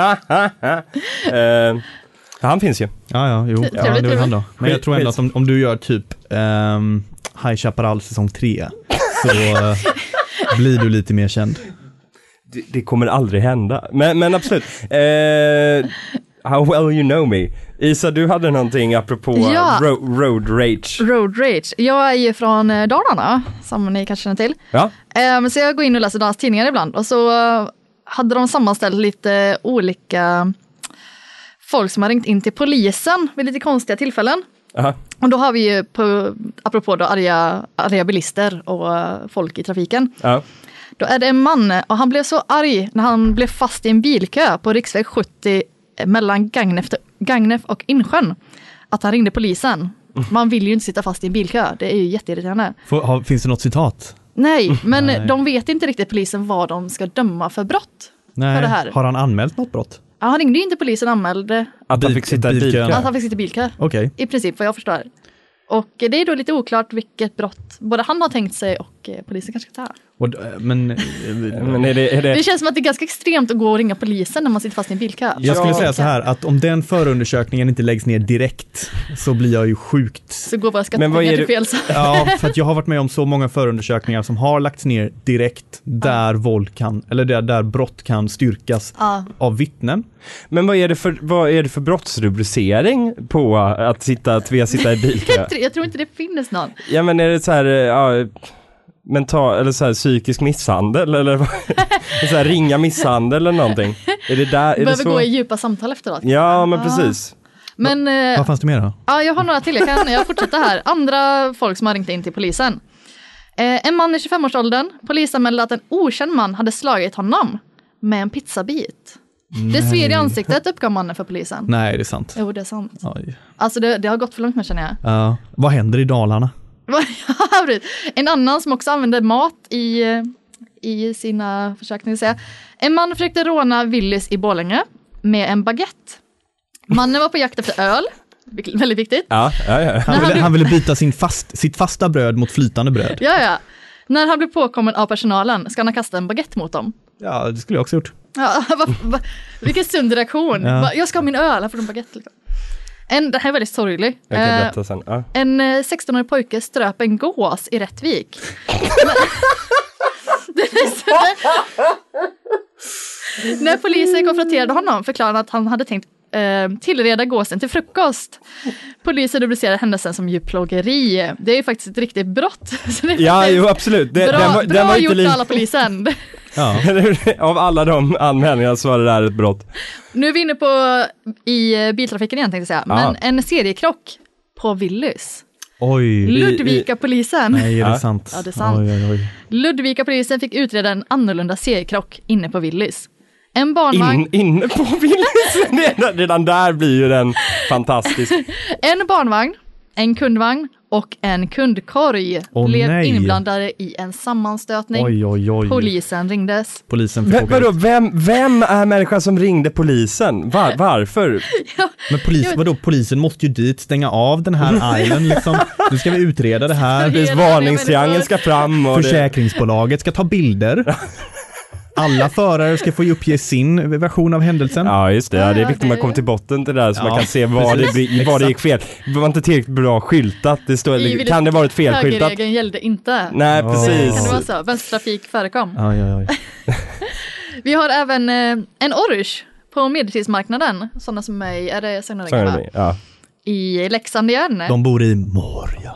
Speaker 2: Han finns ju.
Speaker 4: Ja, det är han då. Men jag tror ändå att om du gör typ High Chaparral säsong 3 så blir du lite mer känd.
Speaker 2: Det kommer aldrig hända. Men absolut. How well you know me. Isa, du hade någonting apropå road rage.
Speaker 3: Road rage. Jag är ju från Dalarna, som ni kanske känner till.
Speaker 2: Ja.
Speaker 3: Så jag går in och läser Dalarnas tidningar ibland. Och så hade de sammanställt lite olika folk som har ringt in till polisen vid lite konstiga tillfällen.
Speaker 2: Aha.
Speaker 3: Och då har vi ju, apropå då arga bilister och folk i trafiken.
Speaker 2: Ja.
Speaker 3: Då är det en man och han blev så arg när han blev fast i en bilkö på riksväg 70 mellan Gagnef och Insjön att han ringde polisen. Man vill ju inte sitta fast i en bilkö. Det är ju jätteirriterande.
Speaker 4: Finns det något citat?
Speaker 3: Nej, men de vet inte riktigt polisen vad de ska döma för brott.
Speaker 4: Nej,
Speaker 3: för det här.
Speaker 4: Har han anmält något brott?
Speaker 3: Han ringde ju inte polisen och anmälde
Speaker 2: att han fick sitta i bilkö.
Speaker 3: Att han fick sitta i bilkö.
Speaker 4: Okej.
Speaker 3: I princip vad jag förstår. Och det är då lite oklart vilket brott både han har tänkt sig och polisen kanske ska ta.
Speaker 4: Men
Speaker 2: är det...
Speaker 3: Det känns som att det är ganska extremt att gå och ringa polisen när man sitter fast i en bilkö.
Speaker 4: Jag skulle säga så här, att om den förundersökningen inte läggs ner direkt så blir jag ju sjukt.
Speaker 3: Så går bara skattepengar till fel.
Speaker 4: Ja, för att jag har varit med om så många förundersökningar som har lagts ner direkt där våld kan, eller där brott kan styrkas av vittnen.
Speaker 2: Men vad är det för brottsrubricering på att sitta i bilkö?
Speaker 3: Jag tror inte det finns någon.
Speaker 2: Ja, men är det så här mental eller så här psykisk misshandel eller så här ringa misshandel eller någonting? Är det där? Är
Speaker 3: behöver
Speaker 2: det så?
Speaker 3: Gå i djupa samtal efteråt.
Speaker 2: Ja, men precis.
Speaker 3: Men
Speaker 4: vad fanns det mer då?
Speaker 3: Ja, jag har några till. Jag fortsätter här. Andra folk som har ringt in till polisen. En man i 25-årsåldern polisanmälde att en okänd man hade slagit honom med en pizzabit. Det sved i ansiktet, uppgav mannen för polisen.
Speaker 4: Nej, det är sant.
Speaker 3: Jo, det är sant.
Speaker 4: Oj.
Speaker 3: Alltså det har gått för långt med, känner jag.
Speaker 4: Ja. Vad händer i Dalarna?
Speaker 3: En annan som också använde mat i sina försök. En man försökte råna Willys i Borlänge med en baguette. Mannen var på jakt efter öl. Väldigt viktigt.
Speaker 2: Ja.
Speaker 4: Han ville byta sitt fasta bröd mot flytande bröd.
Speaker 3: Ja. När han blev påkommen av personalen ska han kasta en baguette mot dem.
Speaker 4: Ja, det skulle jag också gjort.
Speaker 3: Ja, vilken sund reaktion.
Speaker 4: Ja.
Speaker 3: Jag ska ha min öl, här får du en baguette. Liksom. Det här är väldigt sorglig.
Speaker 2: Jag kan berätta sen. Ja.
Speaker 3: En 16-årig pojke ströp en gås i Rättvik. När polisen konfronterade honom förklarade att han hade tänkt tillreda gåsen till frukost. Polisen rubricerade händelsen som djurplågeri. Det är ju faktiskt ett riktigt brott.
Speaker 2: Jo, absolut.
Speaker 3: Bra gjort alla polisen.
Speaker 2: Ja. Av alla de anmälningarna så var det där ett brott.
Speaker 3: Nu är vi inne i biltrafiken igen, tänkte jag säga. Men en seriekrock på Willys.
Speaker 4: Oj.
Speaker 3: Ludvika-polisen.
Speaker 4: Nej, är det sant?
Speaker 3: Ja, det är sant.
Speaker 4: Oj.
Speaker 3: Ludvika-polisen fick utreda en annorlunda seriekrock inne på Willys. En barnvagn...
Speaker 2: Inne på Willys? Redan där blir ju den fantastisk.
Speaker 3: En barnvagn, en kundvagn och en kundkorg blev inblandade i en sammanstötning.
Speaker 4: Oj.
Speaker 3: Polisen ringdes.
Speaker 2: Vem är människan som ringde polisen? Varför?
Speaker 4: Men polisen måste ju dit, stänga av den här island liksom. Nu ska vi utreda det här.
Speaker 2: Varningstriangeln ska fram. Och
Speaker 4: försäkringsbolaget ska ta bilder. Alla förare ska få uppge sin version av händelsen.
Speaker 2: Ja, just det. Ja, det är viktigt att man kommer till botten till det där så man kan se var det gick fel. Det var inte tillräckligt bra skyltat. Det står, kan det vara ett felskyltat?
Speaker 3: Högerregeln gällde inte.
Speaker 2: Nej, precis.
Speaker 3: Kan det vara så? Vänstertrafik förekom.
Speaker 4: Ja.
Speaker 3: Vi har även en Orch på medeltidsmarknaden. Sådana som mig. Är det Sögnarängarna?
Speaker 2: Ja.
Speaker 3: I Leksand igen.
Speaker 4: De bor i Morgan.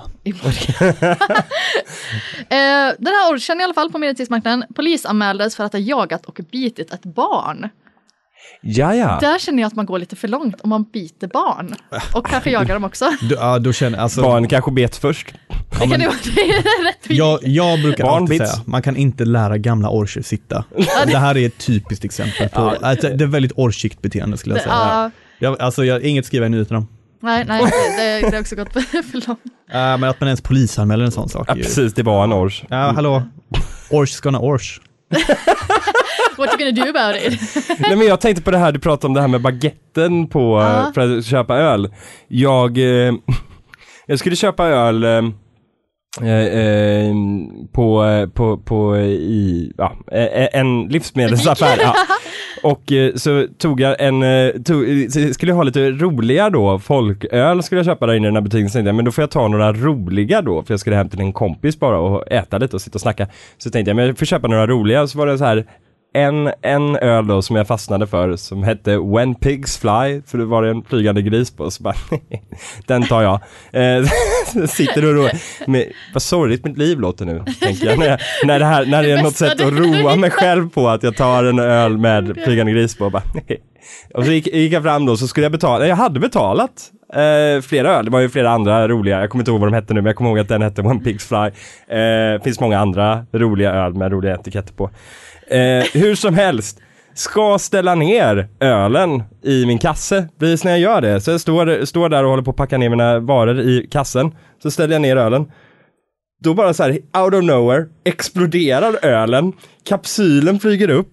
Speaker 3: Den här Orchen i alla fall på medeltidsmarknaden polisanmäldes för att ha jagat och bitit ett barn.
Speaker 2: Ja.
Speaker 3: Där känner jag att man går lite för långt om man biter barn. Och kanske jagar dem också.
Speaker 4: Då känner, alltså,
Speaker 2: barn kanske bet först.
Speaker 3: Det kan det vara.
Speaker 4: Jag brukar alltid säga, man kan inte lära gamla orcher sitta. Det här är ett typiskt exempel på det är väldigt orchigt beteende skulle jag säga. Jag har inget skriva i nyheterna.
Speaker 3: Nej, det har också gått för långt.
Speaker 4: Men att man ens polisanmäler en sån sak.
Speaker 2: Ja, precis, det var en orch.
Speaker 4: Ja, hallå. Orch gonna orch.
Speaker 3: What you gonna do about it?
Speaker 2: Nej, men jag tänkte på det här, du pratade om det här med baguetten för att köpa öl. Jag skulle köpa öl en livsmedelsaffär. Ja. Och så tog jag skulle jag ha lite roliga då, folköl skulle jag köpa där inne i den här butiken, men då får jag ta några roliga då, för jag skulle hem till en kompis bara och äta lite och sitta och snacka. Så tänkte jag, men jag får köpa några roliga, så var det så här en öl då som jag fastnade för som hette When Pigs Fly, för det var en flygande gris på, så bara den tar jag. Sitter och vad sorgligt mitt liv låter nu, tänker jag, när det är något sätt att roa mig själv på att jag tar en öl med flygande gris på, bara och så gick jag fram då, så skulle jag betala. Jag hade betalat flera öl, det var ju flera andra roliga, jag kommer inte ihåg vad de hette nu, men jag kommer ihåg att den hette When Pigs Fly. Finns många andra roliga öl med roliga etiketter på. Hur som helst, ska ställa ner ölen i min kasse. Precis när jag gör det, så jag står där och håller på att packa ner mina varor i kassen, så ställer jag ner ölen. Då bara så här, out of nowhere exploderar ölen, kapsylen flyger upp,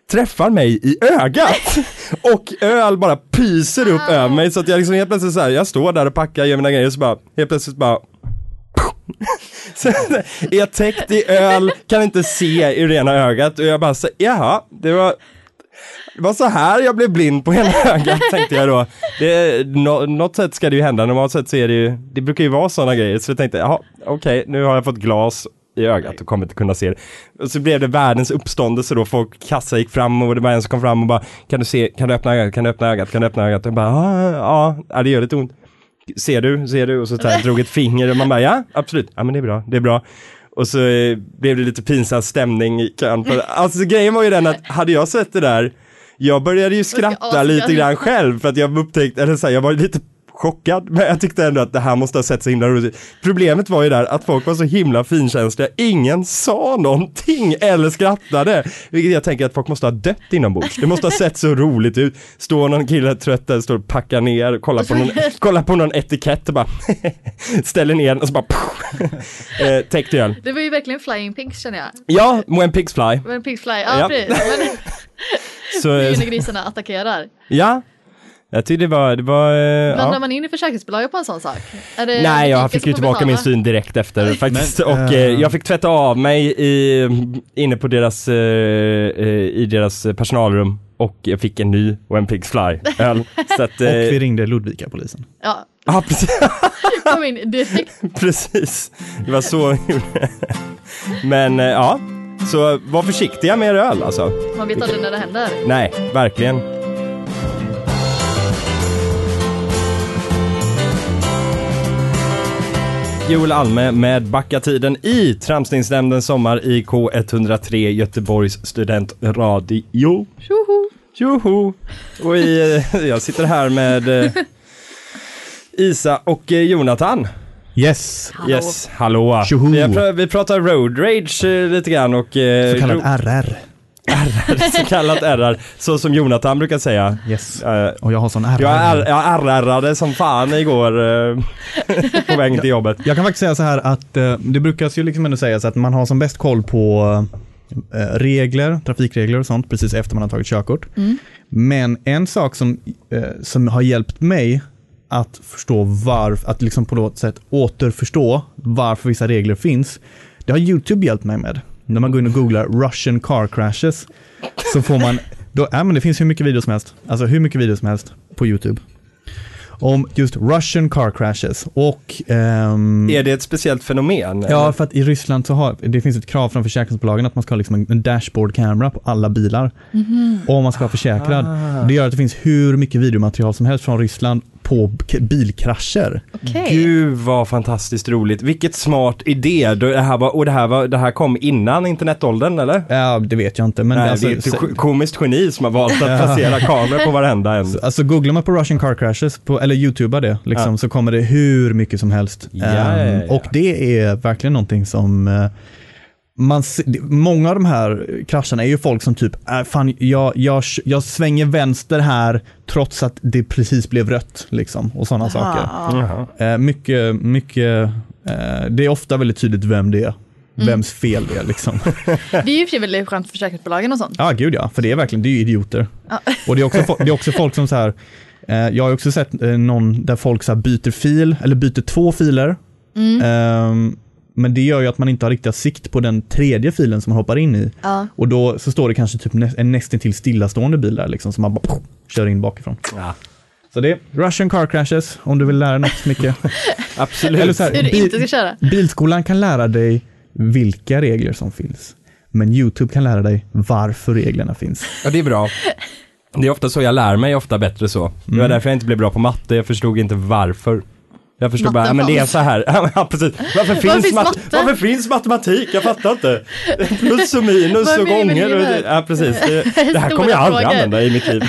Speaker 2: träffar mig i ögat och öl bara pyser upp över mig så att jag liksom helt plötsligt så här, jag står där och packar, gör mina grejer och så bara helt plötsligt bara så är jag täckt i öl, kan inte se i rena ögat och jag bara så, jaha, det var så här jag blev blind på ena ögat, tänkte jag då. Något sätt ska det ju hända, normalt sett så är det ju, det brukar ju vara sådana grejer, så jag tänkte, jaha, okej, nu har jag fått glas i ögat och kommer inte kunna se det. Och så blev det världens uppståndelse då, folk kassa gick fram och det var en som kom fram och bara, kan du öppna ögat? Och jag bara, ja, det gör lite ont. Ser du? Och så drog ett finger och man bara, ja, absolut. Ja, men det är bra. Och så blev det lite pinsam stämning i kön. Alltså grejen var ju den att, hade jag sett det där, jag började ju skratta lite grann själv för att jag upptäckte, eller så här, jag var lite chockad, men jag tyckte ändå att det här måste ha sett så himla roligt. Problemet var ju där att folk var så himla finkänsliga. Ingen sa någonting eller skrattade. Vilket jag tänker att folk måste ha dött inombords. Det måste ha sett så roligt ut. Står någon kille trött där, står och packar ner, kollar på någon etikett och bara ställer ner den och så bara täckt öl.
Speaker 3: Det var ju verkligen Flying Pigs, känner jag.
Speaker 2: Ja, When Pigs Fly.
Speaker 3: When Pigs Fly, ja. Precis. Så när grisarna attackerar.
Speaker 2: Ja. Jag tyckte det var
Speaker 3: Blandar man in i försäkringsbolaget på en sån sak?
Speaker 2: Nej, jag fick ju tillbaka min syn direkt efter faktiskt. Och jag fick tvätta av mig inne på deras i deras personalrum. Och jag fick en ny When Pigs Fly öl. Så att,
Speaker 4: och vi ringde Ludvika-polisen.
Speaker 3: Ja, precis. Kom in direkt.
Speaker 2: Precis, det var så. Men ja, så var försiktiga med öl alltså.
Speaker 3: Man vet aldrig när det händer.
Speaker 2: Nej, verkligen. Joel Alme med Backatiden i Tramsningsnämnden sommar i K103 Göteborgs studentradio. Tjoho! Och jag sitter här med Isa och Jonathan.
Speaker 4: Yes.
Speaker 2: Hallå. Vi pratar road rage lite grann och
Speaker 4: så kallat RR.
Speaker 2: Så kallat RR, så som Jonathan brukar säga.
Speaker 4: Yes. Och jag har sån RR.
Speaker 2: Jag RRade som fan igår på vägen till jobbet.
Speaker 4: Jag kan faktiskt säga så här att det brukar ju liksom ändå sägas att man har som bäst koll på regler, trafikregler och sånt precis efter man har tagit körkort. Men en sak som har hjälpt mig att förstå att liksom på något sätt återförstå varför vissa regler finns, det har YouTube hjälpt mig med. När man går in och googlar Russian car crashes så får man men det finns hur mycket videos som helst på YouTube om just Russian car crashes och
Speaker 2: är det ett speciellt fenomen?
Speaker 4: Ja,
Speaker 2: eller?
Speaker 4: För att i Ryssland så det finns ett krav från försäkringsbolagen att man ska ha liksom en dashboard-kamera på alla bilar om man ska vara försäkrad. Det gör att det finns hur mycket videomaterial som helst från Ryssland på bilkrascher.
Speaker 3: Okay.
Speaker 2: Gud, vad fantastiskt roligt. Vilket smart idé. Det här kom innan internetåldern, eller?
Speaker 4: Ja, det vet jag inte. Men
Speaker 2: nej, det är ett komiskt geni som har valt att placera kameror på varenda en.
Speaker 4: Alltså googlar man på Russian car crashes eller YouTubear det liksom, så kommer det hur mycket som helst. Och det är verkligen någonting som många av de här krascherna är ju folk som typ jag svänger vänster här trots att det precis blev rött liksom, och sådana saker. Mycket det är ofta väldigt tydligt vem det är. Vems fel det är liksom.
Speaker 3: Det är ju för väldigt skönt för försäkringsbolagen och sånt.
Speaker 4: Ja, gud ja, för det är ju idioter. Och det är också folk som så här, jag har också sett någon där folk så här byter fil eller byter 2 filer. Men det gör ju att man inte har riktigt sikt på den tredje filen som man hoppar in i. Och då så står det kanske typ en nästan till stillastående bil där liksom, som man bara kör in bakifrån. Ja. Så det är Russian car crashes om du vill lära något mycket.
Speaker 2: Absolut.
Speaker 4: Eller så här,
Speaker 3: hur du inte ska köra.
Speaker 4: Bilskolan kan lära dig vilka regler som finns. Men YouTube kan lära dig varför reglerna finns.
Speaker 2: Ja, det är bra. Det är ofta så jag lär mig, ofta bättre så. Det var därför jag inte blev bra på matte. Jag förstod inte varför. Jag förstår bara, men det är så här. Ja, precis. Varför finns matematik? Jag fattar inte. Plus och minus och gånger. Ja, precis. Det här kommer jag aldrig använda i mitt liv.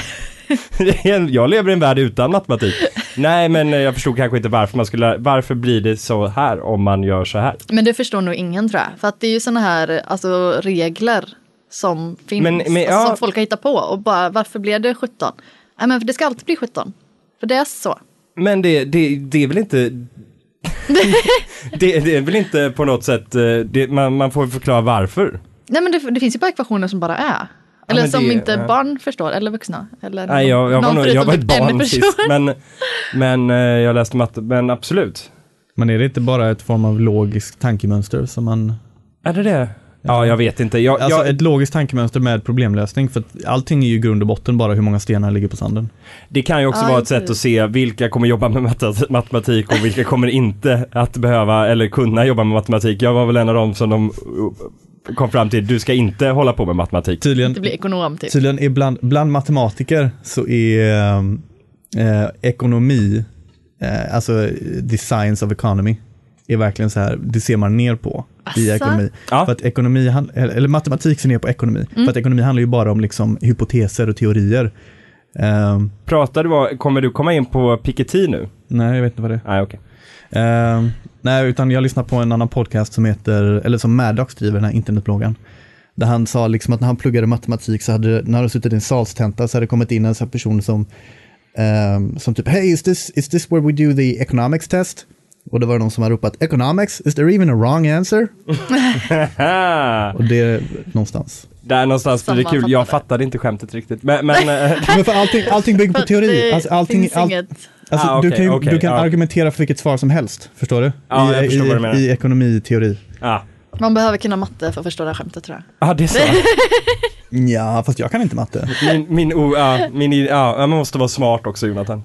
Speaker 2: Jag lever i en värld utan matematik. Nej, men jag förstod kanske inte varför blir det så här om man gör så här.
Speaker 3: Men det förstår nog ingen, tror jag. För att det är ju såna här regler som finns, som folk har hittat på. Och bara, varför blev det 17? Nej, men för det ska alltid bli 17. För det är så.
Speaker 2: Men det är väl inte det är väl inte på något sätt man får förklara varför.
Speaker 3: Nej, men det finns ju bara ekvationer som bara är. Eller som inte barn förstår, eller vuxna. Eller
Speaker 2: nej, jag var ett barn sist, men jag läste matte, men absolut.
Speaker 4: Men är det inte bara ett form av logiskt tankemönster som man...
Speaker 2: Är det? Ja, jag vet inte.
Speaker 4: Ett logiskt tankemönster med problemlösning, för att allting är ju grund och botten bara hur många stenar ligger på sanden.
Speaker 2: Det kan ju också vara ett sätt att se vilka kommer jobba med matematik och vilka kommer inte att behöva eller kunna jobba med matematik. Jag var väl en av dem som de kom fram till, du ska inte hålla på med matematik.
Speaker 4: Tydligen,
Speaker 3: det blir ekonom typ.
Speaker 4: Tydligen är bland matematiker så är ekonomi, alltså the science of economy, är verkligen så här, det ser man ner på i ekonomi. Ja. För att ekonomi, eller matematik ser ner på ekonomi. För att ekonomi handlar ju bara om liksom hypoteser och teorier.
Speaker 2: Kommer du komma in på Piketty nu?
Speaker 4: Nej, jag vet inte vad det är.
Speaker 2: Nej, okej.
Speaker 4: Nej, utan jag lyssnar på en annan podcast som heter, eller som Maddox driver, den här internetbloggen. Där han sa liksom att när han pluggade matematik så hade, när han suttit i en salstenta så hade det kommit in en sån person som typ, hey, is this where we do the economics test? Och det var någon som har ropat, economics? Is there even a wrong answer? Och det är någonstans.
Speaker 2: Där någonstans blir det kul. Jag fattade inte skämtet riktigt. Men
Speaker 4: för allting bygger på teori. Alltså, du kan argumentera för vilket svar som helst. Förstår du?
Speaker 2: Ja, jag förstår vad du menar.
Speaker 4: I ekonomiteori.
Speaker 2: Ja.
Speaker 3: Man behöver kunna matte för att förstå det här skämtet, tror jag.
Speaker 2: Ja, det är så.
Speaker 4: Ja, fast jag kan inte matte.
Speaker 2: Man måste vara smart också, Jonathan.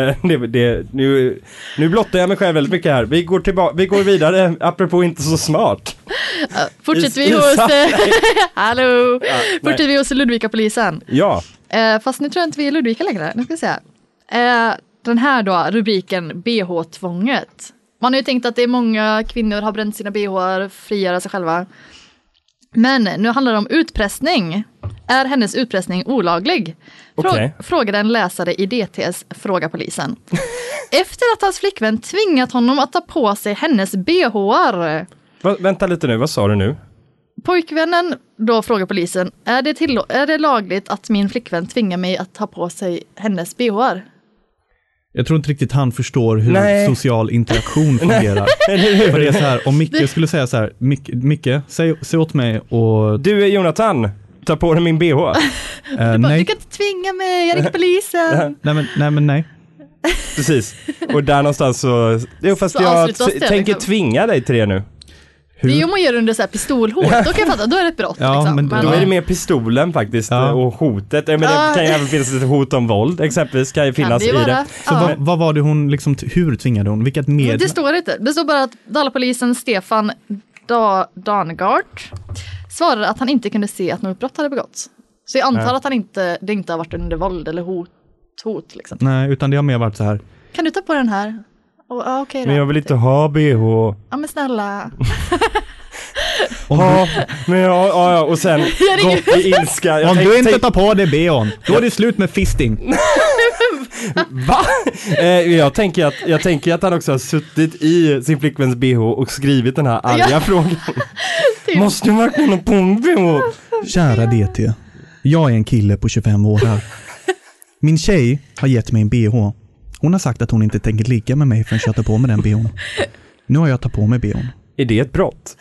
Speaker 2: Nu blottar jag mig själv väldigt mycket här. Vi går vidare, apropå inte så smart.
Speaker 3: Fortsätter vi hos hallå. Fortsätter vi hos Ludvika-polisen.
Speaker 2: Ja.
Speaker 3: Fast nu tror jag inte vi är Ludvika längre. Nu ska vi se. Den här då, rubriken BH-tvånget. Man har ju tänkt att det är många kvinnor har bränt sina BH, frigöra sig själva. Men nu handlar det om utpressning. Är hennes utpressning olaglig? Frågade en läsare i DTS Fråga polisen. Efter att hans flickvän tvingat honom att ta på sig hennes BH:ar.
Speaker 2: Vänta lite nu, vad sa du nu?
Speaker 3: Pojkvännen då frågar polisen, är det lagligt att min flickvän tvingar mig att ta på sig hennes BH:ar?
Speaker 4: Jag tror inte riktigt han förstår hur social interaktion fungerar. För det är så här, om Micke skulle säga så här, Micke, säg åt mig och...
Speaker 2: Du är Jonathan, ta på dig min BH.
Speaker 4: Nej.
Speaker 3: Du kan inte tvinga mig, jag ringer polisen.
Speaker 4: nej.
Speaker 2: Precis. Och där någonstans så... Fast så jag tänker tvinga dig till det nu.
Speaker 3: Det är ju om man gör under så här pistolhot, då kan jag fatta, då är det ett brott.
Speaker 4: Ja,
Speaker 3: liksom.
Speaker 2: Men då är det mer pistolen faktiskt och hotet. Men det kan ju även finnas ett hot om våld, exempelvis kan ju finnas i det.
Speaker 4: Så vad var det hon liksom, hur tvingade hon? Vilket medel?
Speaker 3: Det står inte. Det står bara att Dalapolisen Stefan Danegard svarade att han inte kunde se att något brott hade begåtts. Så jag antar att det inte har varit under våld eller hot liksom.
Speaker 4: Nej, utan det har mer varit så här.
Speaker 3: Kan du ta på den här? Okay,
Speaker 2: men jag vill inte ha BH.
Speaker 3: Ja, men snälla.
Speaker 2: Och sen gått i ilska.
Speaker 4: Om du inte tar på dig BH:n, då är det slut med fisting.
Speaker 2: Va? Jag tänker att han också har suttit i sin flickväns BH och skrivit den här arga frågan. Måste du verkligen ha på en BH?
Speaker 4: Kära DT, jag är en kille på 25 år här. Min tjej har gett mig en BH. Hon har sagt att hon inte tänker ligga med mig förrän jag tar på mig den BH:n. Nu har jag tagit på mig BH:n.
Speaker 2: Är det ett brott?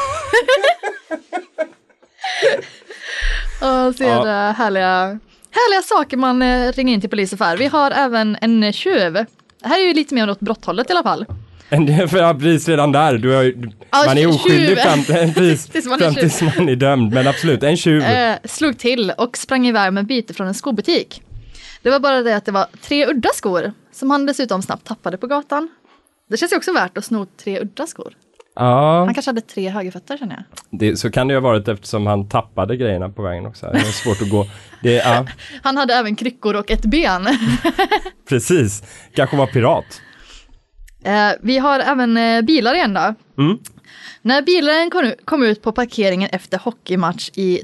Speaker 3: Och så är det härliga saker man ringer in till polisen för. Vi har även en tjuv. Det här är ju lite mer åt brotthållet i alla fall.
Speaker 2: Precis redan där. Man är oskyldig fram tills man är dömd. Men absolut, en tjuv.
Speaker 3: Slog till och sprang iväg med byte från en skobutik. Det var bara det att det var 3 udda skor som han dessutom snabbt tappade på gatan. Det känns ju också värt att sno 3 udda skor.
Speaker 2: Ja.
Speaker 3: Han kanske hade 3 högerfötter, känner jag.
Speaker 2: Så kan det ju ha varit eftersom han tappade grejerna på vägen också. Det är svårt att gå.
Speaker 3: Han hade även kryckor och ett ben.
Speaker 2: Precis. Kanske var pirat.
Speaker 3: Vi har även bilar igen då. När bilaren kom ut på parkeringen efter hockeymatch i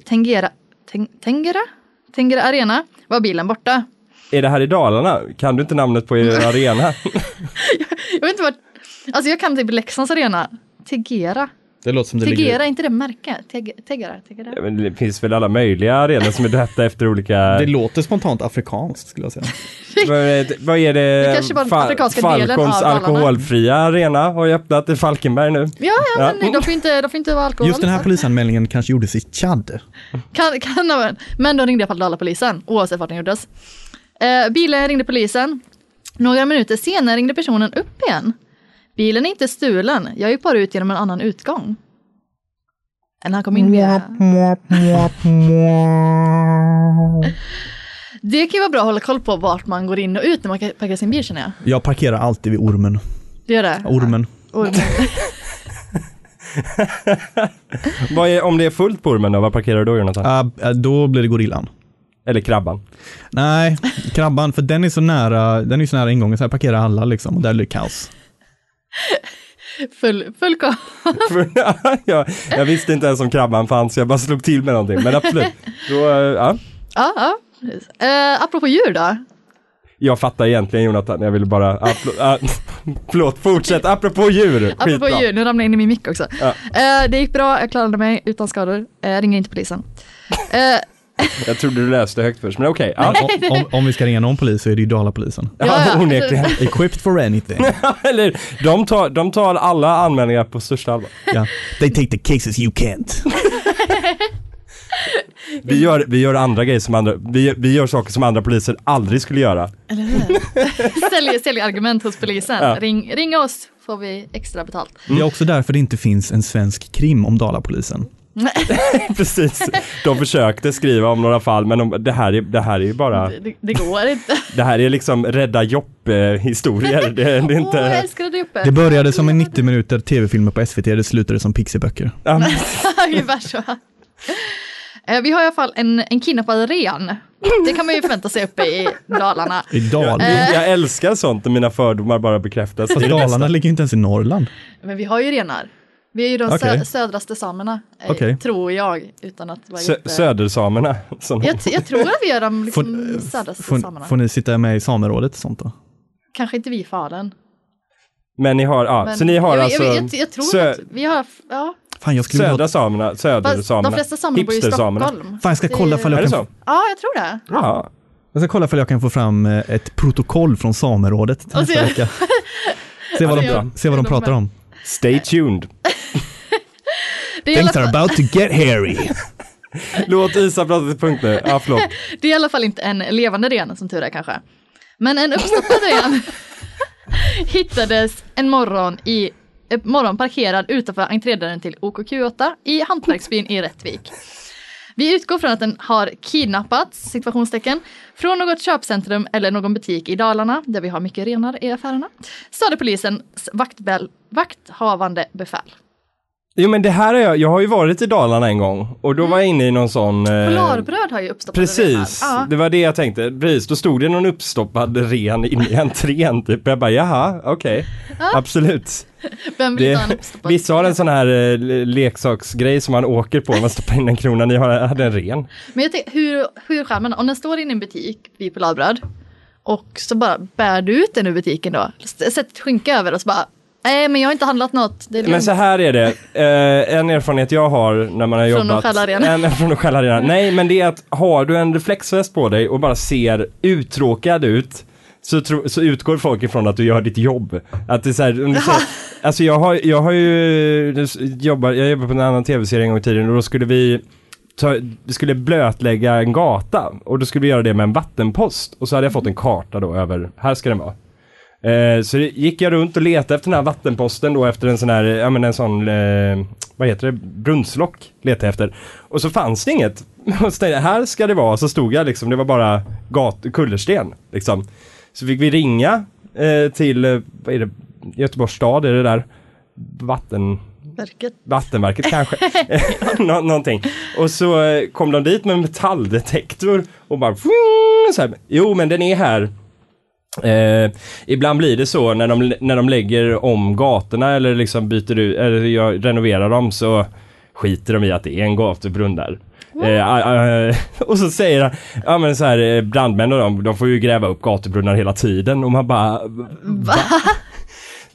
Speaker 3: Tengera Arena var bilen borta.
Speaker 2: Är det här i Dalarna? Kan du inte namnet på er arena?
Speaker 3: Jag vet inte vart... Alltså jag kan typ Leksands arena. Tegera.
Speaker 4: Det låter som det
Speaker 3: Tegera,
Speaker 4: ligger...
Speaker 3: inte det märke? Tegera.
Speaker 2: Ja, men det finns väl alla möjliga arenor som är döpta efter olika...
Speaker 4: Det låter spontant afrikanskt skulle jag säga.
Speaker 2: Vad är det?
Speaker 3: Det kanske var den afrikanska delen av
Speaker 2: Falcons alkoholfria arena har ju öppnat i Falkenberg nu.
Speaker 3: Ja, men de får inte vara alkohol.
Speaker 4: Just den här polisanmälningen kanske gjordes i Tchad.
Speaker 3: Men då ringde jag på Dalapolisen, oavsett vart den gjordes. Bilen ringde polisen. Några minuter senare ringde personen upp igen. Bilen är inte stulen. Jag gick bara ut genom en annan utgång. När han kom in via... Det kan ju vara bra att hålla koll på vart man går in och ut när man parkerar sin bil, känner jag.
Speaker 4: Jag parkerar alltid vid ormen.
Speaker 3: Det gör det?
Speaker 4: Ormen.
Speaker 2: Om det är fullt på ormen då, vad parkerar du då, Jonathan?
Speaker 4: Då blir det gorillan.
Speaker 2: Eller krabban?
Speaker 4: Nej, krabban, för den är så nära ingången så här parkerar alla liksom, och där blir det kaos.
Speaker 3: Full kaos.
Speaker 2: Jag visste inte ens om krabban fanns, jag bara slog till med någonting, men absolut. Ja.
Speaker 3: Apropå djur då?
Speaker 2: Jag fattar egentligen, Jonathan, jag ville bara förlåt, fortsätt, apropå djur.
Speaker 3: Apropå djur, nu ramlade jag in i min mick också. Det gick bra, jag klarade mig utan skador. Ringer inte polisen.
Speaker 2: Jag trodde du läste högt först, men okej.
Speaker 4: Om vi ska ringa någon polis så är det ju Dalapolisen.
Speaker 2: Ja, onekligen.
Speaker 4: Equipped for anything.
Speaker 2: Eller, de tar alla anmälningar på största allvar.
Speaker 4: Ja. They take the cases you can't.
Speaker 2: Vi gör andra grejer som vi gör saker som andra poliser aldrig skulle göra.
Speaker 3: Eller hur? Säljer argument hos polisen. Ja. Ring oss, får vi extra betalt.
Speaker 4: Det är också därför det inte finns en svensk krim om Dalapolisen.
Speaker 2: Precis, de försökte skriva om några fall, men det här är ju bara
Speaker 3: det går inte.
Speaker 2: Det här är liksom rädda Joppe-historier. Det är inte...
Speaker 3: jag älskar Joppe.
Speaker 4: Det började som en 90 minuter tv-filmer på SVT, det slutade som pixiböcker.
Speaker 3: Ungefär så. Vi har i alla fall en kidnappad ren. Det kan man ju förvänta sig uppe i Dalarna.
Speaker 4: I Dalarna?
Speaker 2: Jag älskar sånt och mina fördomar bara bekräftas.
Speaker 4: Dalarna ligger ju inte ens i Norrland.
Speaker 3: Men vi har ju renar. Vi är ju de södraste samerna, tror jag, utan att vara
Speaker 2: södersamerna.
Speaker 3: Jag tror att vi är de liksom södraste samerna.
Speaker 4: Får ni sitta med i samerådet och sånt då?
Speaker 3: Kanske inte vi Falen.
Speaker 2: Men ni har, så ni har
Speaker 3: jag tror att vi har,
Speaker 4: Fan, jag skulle
Speaker 2: södra samerna, södersamerna.
Speaker 3: De flesta samerna bor i Stockholm.
Speaker 4: Fan, jag ska kolla ifall jag kan...
Speaker 2: så?
Speaker 3: Ja, jag tror det.
Speaker 2: Ja.
Speaker 4: Jag ska kolla ifall jag kan få fram ett protokoll från samerådet till nästa vecka. Se vad de pratar om.
Speaker 2: Stay tuned.
Speaker 4: Things are about to get hairy.
Speaker 2: Låt Isa prata till punkt nu. Förlåt.
Speaker 3: Det är i alla fall inte en levande ren som tur är kanske. Men en uppstoppad ren hittades en morgon parkerad utanför entrédörren till OKQ8 i Hantverksbyn i Rättvik. Vi utgår från att den har kidnappats, situationstecken, från något köpcentrum eller någon butik i Dalarna, där vi har mycket renar i affärerna, sade polisens vakthavande befäl.
Speaker 2: Jo, men det här är jag har ju varit i Dalarna en gång och då var jag inne i någon sån...
Speaker 3: Polarbröd har ju uppstoppade
Speaker 2: precis,
Speaker 3: renar.
Speaker 2: Det var det jag tänkte. Precis, då stod det någon uppstoppad ren inne i entrén typ. Jag bara, jaha, okej. Absolut.
Speaker 3: Vem vill ha en uppstoppad?
Speaker 2: Vissa har en sån här leksaksgrej som man åker på när man stoppar in en krona. Ni hade en ren.
Speaker 3: Men jag tänkte, hur skärmen, om den står inne i en butik vid Polarbröd och så bara bär du ut den ur butiken då. Sätt ett skynke över och så bara... Nej, men jag har inte handlat något.
Speaker 2: Men så här är det. En erfarenhet jag har när man har jobbat... Från att skälla rena. Nej, men det är att har du en reflexväst på dig och bara ser uttråkad ut så utgår folk ifrån att du gör ditt jobb. Att det är så här, alltså jag har ju jobbat på en annan tv-serie en gång i tiden och då skulle vi skulle blötlägga en gata och då skulle vi göra det med en vattenpost och så hade jag fått en karta då över, här ska den vara. Så gick jag runt och letade efter den här vattenposten då efter en sån här, en sån, vad heter det, brunnslock letade jag efter. Och så fanns det inget. Och så tänkte jag, här ska det vara. Så stod jag liksom, det var bara kullersten liksom. Så fick vi ringa till, vad är det, Göteborgs stad är det där, Vattenverket kanske. Någonting. Och så kom de dit med en metalldetektor och bara, så här, jo men den är här. Ibland blir det så när de lägger om gatorna eller liksom byter ut eller renoverar dem så skiter de i att det är en gatubrunn där. Och så säger han, men så här, brandmän och de får ju gräva upp gatubrunnar hela tiden och man bara va?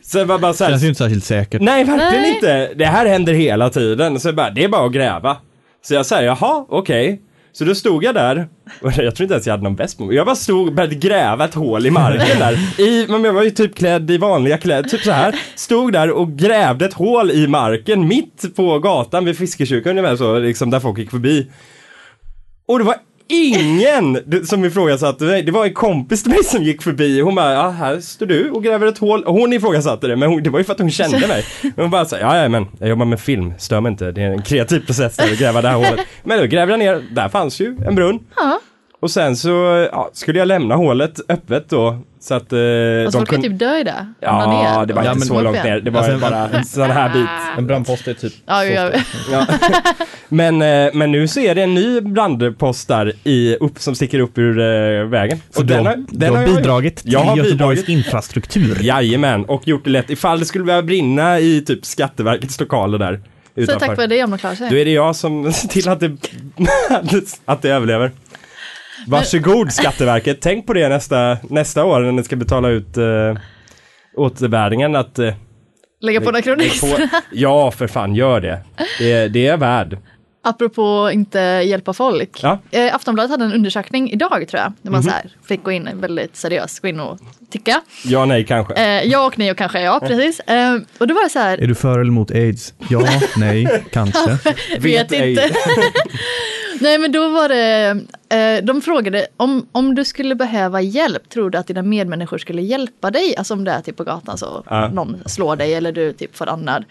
Speaker 2: Så det var bara så här,
Speaker 4: det känns ju inte särskilt säkert.
Speaker 2: Nej, verkligen inte. Det här händer hela tiden. Så det är bara att gräva. Så jag säger, jaha, okej. Så då stod jag där, och jag tror inte ens jag hade någon väst på mig. Jag bara stod och började gräva ett hål i marken där. Men jag var ju typ klädd i vanliga kläder, typ så här. Stod där och grävde ett hål i marken mitt på gatan vid Fiskekyrkan, så, liksom, där folk gick förbi. Och det var ingen som ifrågasatte mig. Det var en kompis till mig som gick förbi. Hon bara, ja, här står du och gräver ett hål. Och hon ifrågasatte det, men det var ju för att hon kände mig. Men hon bara sa, ja men jag jobbar med film, stör mig inte. Det är en kreativ process där att gräva det här hålet. Men då grävde jag ner, där fanns ju en brunn.
Speaker 3: Ja.
Speaker 2: Och sen så skulle jag lämna hålet öppet då. Så att
Speaker 3: alltså folk kan typ dö i det.
Speaker 2: Ja, det var inte så långt ner. Det var alltså, bara en sån här bit.
Speaker 4: En brandpost är typ
Speaker 2: ja. Men nu så är det en ny brandpost där som sticker upp ur vägen.
Speaker 4: Så och den har bidragit till Göteborgs infrastruktur.
Speaker 2: Jajamän, och gjort det lätt. Ifall det skulle börja brinna i typ Skatteverkets lokaler där utanför.
Speaker 3: Så tack för det om de klarar sig.
Speaker 2: Då är det jag som ser till att det överlever. Varsågod Skatteverket, tänk på det nästa år när ni ska betala ut återbäringen att
Speaker 3: lägga på några kronor.
Speaker 2: Ja, för fan, gör det. Det är värd.
Speaker 3: Apropå inte hjälpa folk.
Speaker 2: Ja.
Speaker 3: Aftonbladet hade en undersökning idag, tror jag. Där man så här fick gå in väldigt seriöst, gå in och tycka.
Speaker 2: Ja, nej, kanske.
Speaker 3: Ja och nej och kanske ja, precis. Och då var det så här.
Speaker 4: Är du för eller mot AIDS? Ja, nej, kanske.
Speaker 3: Vet inte. Nej, men då var det, de frågade om du skulle behöva hjälp, tror du att dina medmänniskor skulle hjälpa dig? Alltså om det är typ på gatan så någon slår dig eller du typ får annat.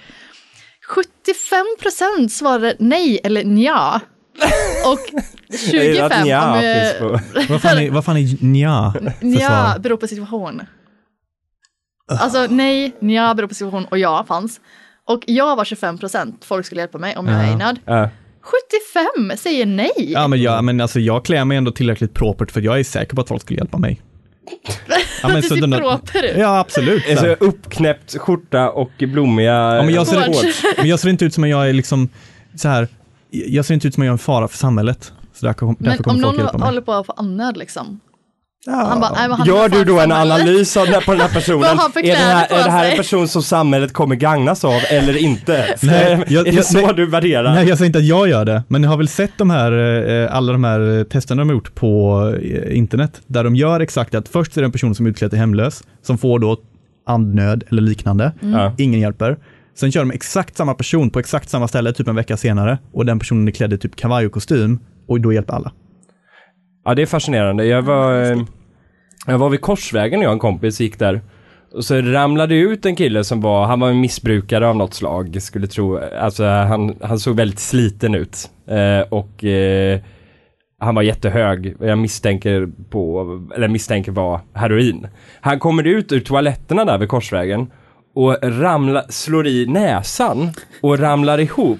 Speaker 3: 75% svarade nej eller nja. Och 25%...
Speaker 4: Vad fan är nja?
Speaker 3: Nja beror på situation. Alltså nej, nja beror på situation och ja fanns. Och jag var 25%. Folk skulle hjälpa mig om jag är i nöd. 75 säger nej.
Speaker 4: Ja, men alltså jag klär mig ändå tillräckligt propert för jag är säker på att folk skulle hjälpa mig.
Speaker 3: Ja, men så proper ut.
Speaker 4: Ja, absolut.
Speaker 2: Så uppknäppt skjorta och blommiga...
Speaker 4: Ja, men jag ser inte ut som att jag är liksom så här. Jag ser inte ut som att jag är en fara för samhället. Så därför kommer folk hjälpa mig.
Speaker 3: Men om någon håller på att få annöd liksom.
Speaker 2: Ja. Han bara, gör du då en analys på den här personen? Är det här en person som samhället kommer gagnas av eller inte? Nej, är det så du värderar?
Speaker 4: Nej, jag säger inte att jag gör det. Men ni har väl sett alla de här testerna de har gjort på internet. Där de gör exakt att först är det en person som är utklädd till hemlös. Som får då andnöd eller liknande. Ingen hjälper. Sen kör de exakt samma person på exakt samma ställe typ en vecka senare. Och den personen är klädd i typ kavaj och kostym. Och då hjälper alla.
Speaker 2: Ja, det är fascinerande. Jag var vid Korsvägen och jag och en kompis gick där. Och så ramlade ut en kille som han var en missbrukare av något slag. Skulle tro, alltså han såg väldigt sliten ut. Och han var jättehög. Jag misstänker var heroin. Han kommer ut ur toaletterna där vid Korsvägen. Och slår i näsan. Och ramlar ihop.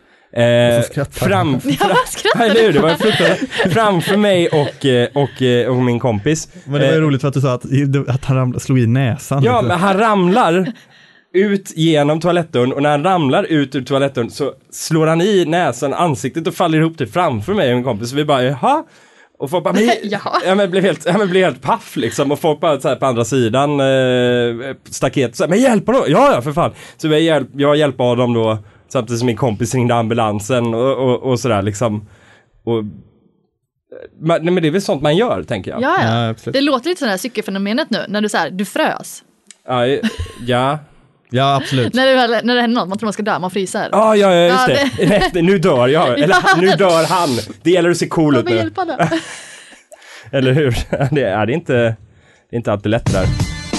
Speaker 2: Framför mig och min kompis.
Speaker 4: Men det var ju roligt för att du sa att han slog i näsan.
Speaker 2: Ja, men han ramlar ut genom toalettdörren och när han ramlar ut ur toalettdörren så slår han i näsan, ansiktet och faller ihop till framför mig och min kompis. Så vi bara, jaha. Och folk bara, men blev helt paff liksom. Och folk bara så här på andra sidan staket så här, men hjälpa då. Ja, för fan. Så jag hjälper honom då. Samtidigt som min kompis ringde ambulansen och sådär liksom. Men det är väl sånt man gör, tänker jag.
Speaker 3: Ja. Det låter lite sån här cykelfenomenet nu. När du frös.
Speaker 2: Ja.
Speaker 4: Ja, absolut.
Speaker 3: När det händer något, man tror man ska dö, man fryser.
Speaker 2: Ja, just det. Nu dör jag. Eller nu dör han. Det gäller att se cool ut nu. Eller hur? Det är inte alltid lätt där.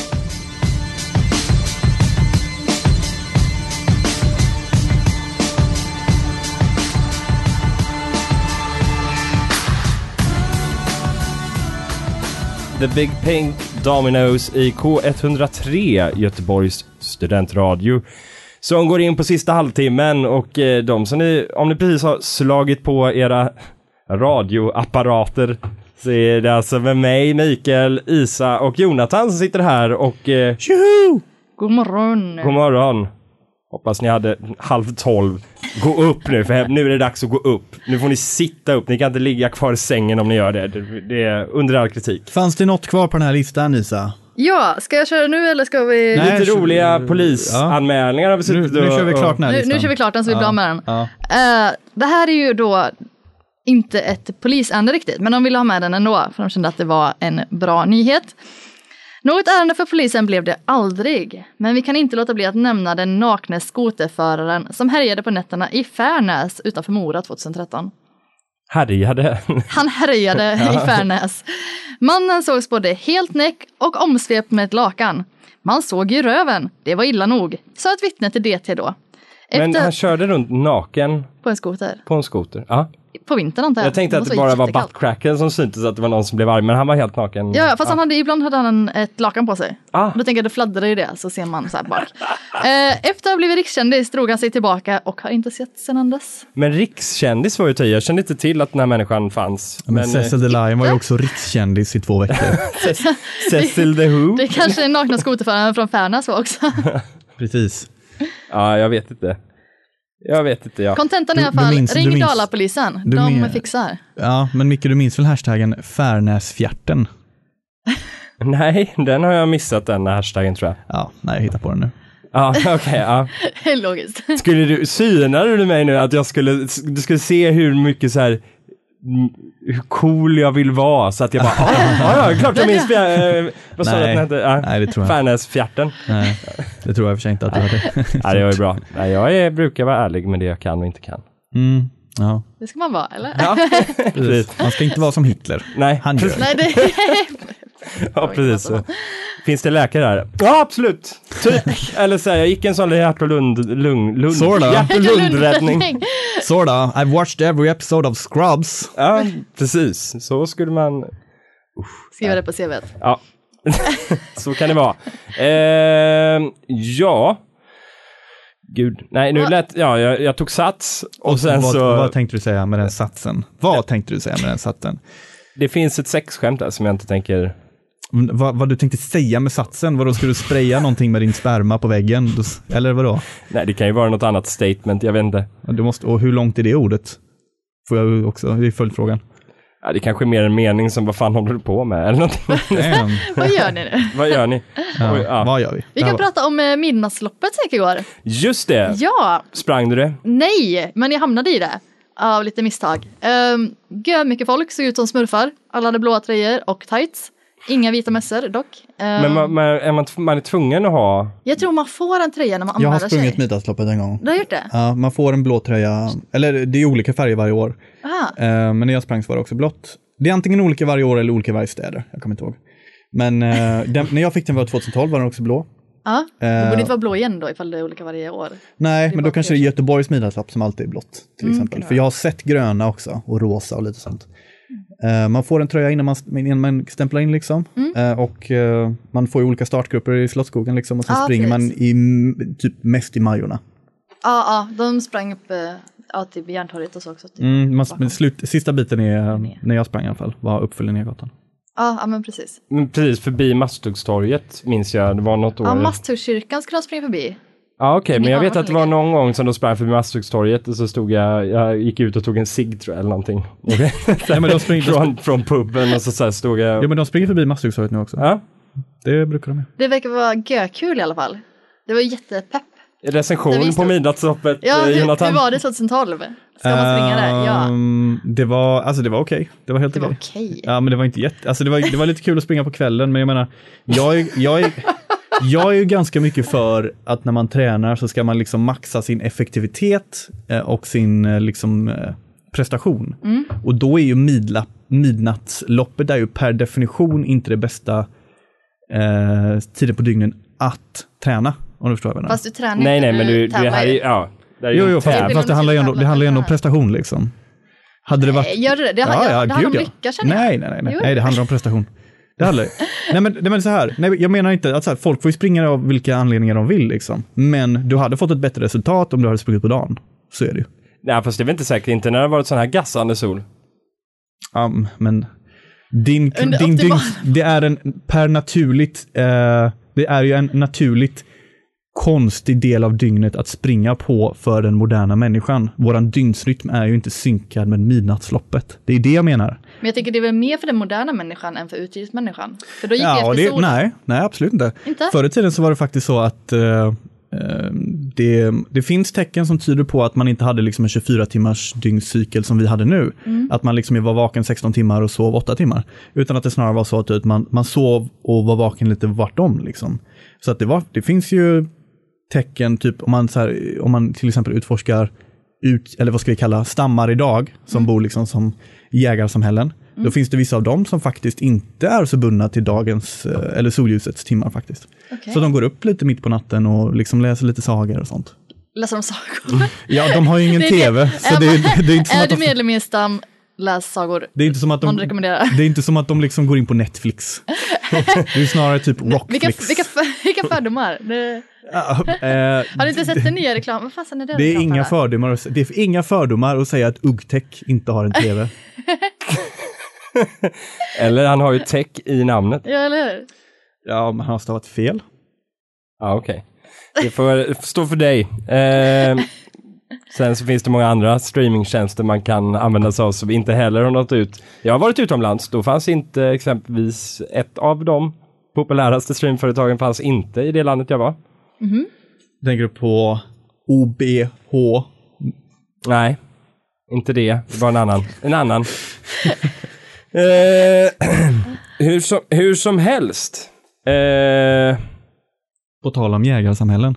Speaker 2: The Big Pink Dominoes i K103, Göteborgs studentradio, som går in på sista halvtimmen. Och om ni precis har slagit på era radioapparater så är det alltså med mig, Mikael, Isa och Jonathan som sitter här och tjoho!
Speaker 3: God morgon.
Speaker 2: Hoppas ni hade 11:30. Gå upp nu, för nu är det dags att gå upp. Nu får ni sitta upp. Ni kan inte ligga kvar i sängen om ni gör det. Det är under all kritik.
Speaker 4: Fanns det något kvar på den här listan, Isa?
Speaker 3: Ja, ska jag köra nu eller ska vi...
Speaker 2: Nej, lite roliga polisanmälningar har vi suttit
Speaker 4: nu kör vi klart den här
Speaker 3: nu kör vi klart den så vi blir av med den.
Speaker 4: Ja.
Speaker 3: Det här är ju då inte ett polisärende riktigt, men de ville ha med den ändå för de kände att det var en bra nyhet. Något ärende för polisen blev det aldrig, men vi kan inte låta bli att nämna den nakne skoterföraren som härjade på nätterna i Färnäs utanför Mora 2013. Han härjade i Färnäs. Mannen sågs både helt näck och omsvept med ett lakan. Man såg ju röven. Det var illa nog, sa ett vittne till DT då.
Speaker 2: Men han körde runt naken?
Speaker 3: På en skoter.
Speaker 2: På en skoter, ja.
Speaker 3: På vintern antar jag.
Speaker 2: Jag tänkte att det bara var buttcracken som syntes att det var någon som blev arg, men han var helt naken.
Speaker 3: Ja, fast ibland hade han ett lakan på sig. Då tänker jag att det fladdrar i det, så ser man så här bak. Efter att ha blivit rikskändis drog han sig tillbaka och har inte sett sedan dess.
Speaker 2: Men rikskändis var ju till. Jag kände inte till att den här människan fanns.
Speaker 4: Men Cecil the Lion var ju också rikskändis i 2 veckor.
Speaker 2: Cecil the Who?
Speaker 3: Det kanske är nakna skoterföraren från Färnäs var också.
Speaker 4: Precis.
Speaker 2: Ja, jag vet inte. Ja.
Speaker 3: Kontentan i alla fall, ring Dalapolisen. De fixar.
Speaker 4: Ja, men Micke, du minns väl hashtaggen Färnäsfjärten?
Speaker 2: Nej, den har jag missat, den hashtaggen tror jag.
Speaker 4: Ja, nej, jag hittar på den nu.
Speaker 2: Ja, okej, ja.
Speaker 3: Logiskt.
Speaker 2: Synade du mig nu att du skulle se hur mycket så här hur cool jag vill vara, så att jag bara ja, klart jag minns vad sa du att den hette?
Speaker 4: Nej, det tror jag.
Speaker 2: Färnäsfjärten.
Speaker 4: Nej, det tror jag för sig inte att du hade.
Speaker 2: Ja, det var ju bra. Nej, jag brukar vara ärlig med det jag kan och inte kan.
Speaker 4: Ja.
Speaker 3: Det ska man vara, eller?
Speaker 2: Ja, precis.
Speaker 4: Man ska inte vara som Hitler.
Speaker 2: Nej,
Speaker 4: han gör.
Speaker 3: Nej, det...
Speaker 2: Ja, precis. Finns det läkare där? Ja, absolut. Typ. Eller så här, jag gick en sån hjärt- och lundräddning.
Speaker 4: Sorda, I've watched every episode of Scrubs.
Speaker 2: Ja, precis. Så skulle man...
Speaker 3: Skriva det på CV:t.
Speaker 2: Ja, så kan det vara. Ja. Gud, nej, nu lät... Ja, jag tog sats. Och sen
Speaker 4: vad tänkte du säga med den satsen?
Speaker 2: Det finns ett sexskämt där som jag inte tänker...
Speaker 4: Vad du tänkte säga med satsen? Vadå, ska du spraya någonting med din sperma på väggen? Eller vadå?
Speaker 2: Nej, det kan ju vara något annat statement, jag vet inte.
Speaker 4: Och hur långt är det ordet? Får jag också, det är följdfrågan.
Speaker 2: Ja, det kanske är mer en mening som vad fan håller du på med? Eller någonting.
Speaker 3: Vad gör ni nu?
Speaker 2: Vad gör ni?
Speaker 4: Vad gör vi?
Speaker 3: Vi kan prata om midnattsloppet igår.
Speaker 2: Just det.
Speaker 3: Ja.
Speaker 2: Sprang du det?
Speaker 3: Nej, men jag hamnade i det. Av lite misstag. Mycket folk såg ut som smurfar. Alla hade blåa tröjor och tights. Inga vita mössor dock.
Speaker 2: Men man är tvungen att ha...
Speaker 3: Jag tror man får en tröja när man anmäler sig.
Speaker 4: Jag har sprungit midnattsloppet en gång.
Speaker 3: Du har gjort det?
Speaker 4: Ja, man får en blå tröja. Eller det är olika färger varje år. Men när jag sprang så var det också blått. Det är antingen olika varje år eller olika varje städer. Jag kommer inte ihåg. Men när jag fick den var 2012 var den också blå.
Speaker 3: Ja, det borde inte vara blå igen då ifall det är olika varje år.
Speaker 4: Nej, men då kanske det är Göteborgs midnattslopp som alltid är blått till exempel. För jag har sett gröna också och rosa och lite sånt. Man får en tröja innan man stämplar in liksom. Och man får ju olika startgrupper i Slottsskogen liksom. Och sen springer man typ mest i Majorna.
Speaker 3: Ja, de sprang upp typ Järntorget och så också. Typ.
Speaker 4: Sista biten är, när jag sprang i alla fall, var uppföljen ner gatan.
Speaker 3: Ja, men precis.
Speaker 2: Precis, förbi Masthuggstorget minns jag, det var något år.
Speaker 3: Ja, Masthuggskyrkan skulle jag springa förbi.
Speaker 2: Ja, okej, men jag vet att det var någon gång som de sprang förbi Masthuggstorget och så stod jag gick ut och tog en cigg tror jag, eller någonting. Okay. Ja, men från puben och så stod jag...
Speaker 4: Ja, men de springer förbi Masthuggstorget nu också.
Speaker 2: Ja.
Speaker 4: Det brukar de.
Speaker 3: Det verkar vara gökul i alla fall. Det var jättepepp.
Speaker 2: Recension på midnattsloppet,
Speaker 3: Jonathan. Hur var det 2012? Ska man springa där? Ja.
Speaker 4: Det var okej. Det var helt okej. Ja, men det var inte det var lite kul att springa på kvällen, men jag menar, jag är ju ganska mycket för att när man tränar så ska man liksom maxa sin effektivitet och sin liksom prestation. Och då är ju midnattsloppet är ju per definition inte det bästa tiden på dygnen att träna. Om du förstår vad jag menar.
Speaker 3: Fast du tränar
Speaker 2: nej, men det här är
Speaker 4: Jo, fast det handlar ju ändå om prestation liksom. Hade det varit...
Speaker 3: Gör det? Det handlar om lycka, känner jag.
Speaker 4: Nej, det handlar om prestation. Det handlar... nej, men så här. Nej, jag menar inte att så här, folk får ju springa av vilka anledningar de vill liksom. Men du hade fått ett bättre resultat om du hade sprungit på dagen. Så är det ju.
Speaker 2: Nej, fast det är väl inte säkert, inte när det har varit sån här gassande sol.
Speaker 4: Men din det är en per naturligt det är ju en naturligt konstig del av dygnet att springa på för den moderna människan. Våran dygnsrytm är ju inte synkad med midnattsloppet. Det är det jag menar.
Speaker 3: Men jag tycker det är väl mer för den moderna människan än för utrikesmänniskan. För då gick det efter
Speaker 4: nej, absolut inte. Förr i tiden så var det faktiskt så att det finns tecken som tyder på att man inte hade liksom en 24-timmars dygnscykel som vi hade nu. Att man liksom var vaken 16 timmar och sov 8 timmar. Utan att det snarare var så att man sov och var vaken lite vartom liksom. Så att det finns ju tecken typ om man till exempel utforskar eller vad ska vi kalla stammar idag som bor liksom som jägarsamhällen. Då finns det vissa av dem som faktiskt inte är så bundna till dagens eller solljusets timmar faktiskt. Okay. Så de går upp lite mitt på natten och liksom läser lite sagor och sånt.
Speaker 3: Läser de sagor?
Speaker 4: Ja, de har ju ingen tv. Så det är inte som
Speaker 3: är du medlem i en stam, läs sagor?
Speaker 4: Det är inte som att det är inte som att de liksom går in på Netflix. Det är snarare typ Rockflix.
Speaker 3: Vilka fördomar? Har du inte sett den nya reklamen? Vad fan är det?
Speaker 4: Det är inga fördomar. Det är inga fördomar att säga att Uggtech inte har en tv.
Speaker 2: Eller han har ju tech i namnet.
Speaker 3: Ja, eller hur?
Speaker 4: Ja, men han har stavat fel.
Speaker 2: Ja, okej. Det får stå för dig. Sen så finns det många andra streamingtjänster man kan använda sig av som inte heller har nått ut. Jag har varit utomlands, då fanns inte exempelvis ett av de populäraste streamföretagen fanns inte i det landet jag var.
Speaker 4: Mm-hmm. Tänker du på OBH?
Speaker 2: Nej, inte det. Det var en annan. Hur som helst.
Speaker 4: På tal om jägarsamhällen.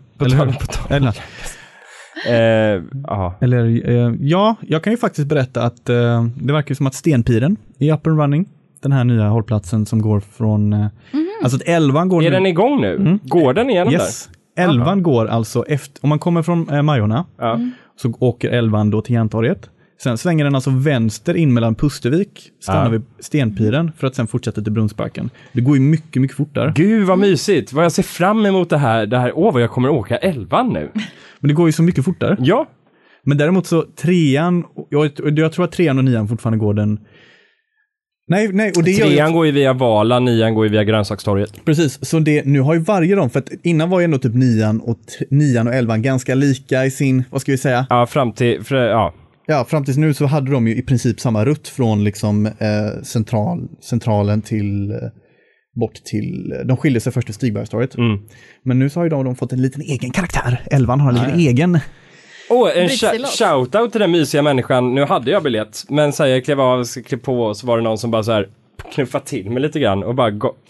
Speaker 4: Jag kan ju faktiskt berätta att det verkar som att Stenpiren är up and running. Den här nya hållplatsen som går från... Alltså att 11 går...
Speaker 2: Är den igång nu? Går den igenom där?
Speaker 4: 11 går alltså efter... Om man kommer från Majorna så åker 11 då till Järntorget. Sen svänger den alltså vänster in mellan Pustervik, stannar vid Stenpiren för att sen fortsätta till Brunnsparken. Det går ju mycket, mycket fortare.
Speaker 2: Gud vad mysigt! Vad jag ser fram emot det här. Vad jag kommer åka 11 nu.
Speaker 4: Men det går ju så mycket fortare.
Speaker 2: Ja.
Speaker 4: Men däremot så 3:an, jag tror att 3:an och 9:an fortfarande går den... Nej, och det
Speaker 2: 3:an går ju via Vala, 9:an går ju via Grönsakstorget.
Speaker 4: Precis, så nu har ju varje dem, för att innan var ju ändå typ 9:an och 11:an ganska lika i sin, vad ska vi säga?
Speaker 2: Ja, fram tills nu så hade de ju i princip samma rutt från liksom centralen till bort till, de skiljer sig först till Stigbergstorget. Men nu så har ju de fått en liten egen karaktär. 11:an har en liten egen. En shoutout till den mysiga människan. Nu hade jag biljett, men så jag klev av, klev på och så var det någon som bara så här knuffade till mig lite grann och bara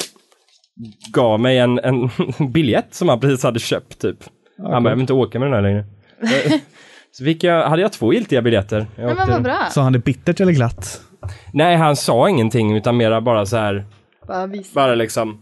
Speaker 2: gav mig en biljett som han precis hade köpt typ. Han bara, jag vill inte åka med den här längre. Så hade jag 2 giltiga biljetter.
Speaker 3: Men vad bra.
Speaker 4: Så han är bittert eller glatt?
Speaker 2: Nej, han sa ingenting utan mera bara så här. Bara liksom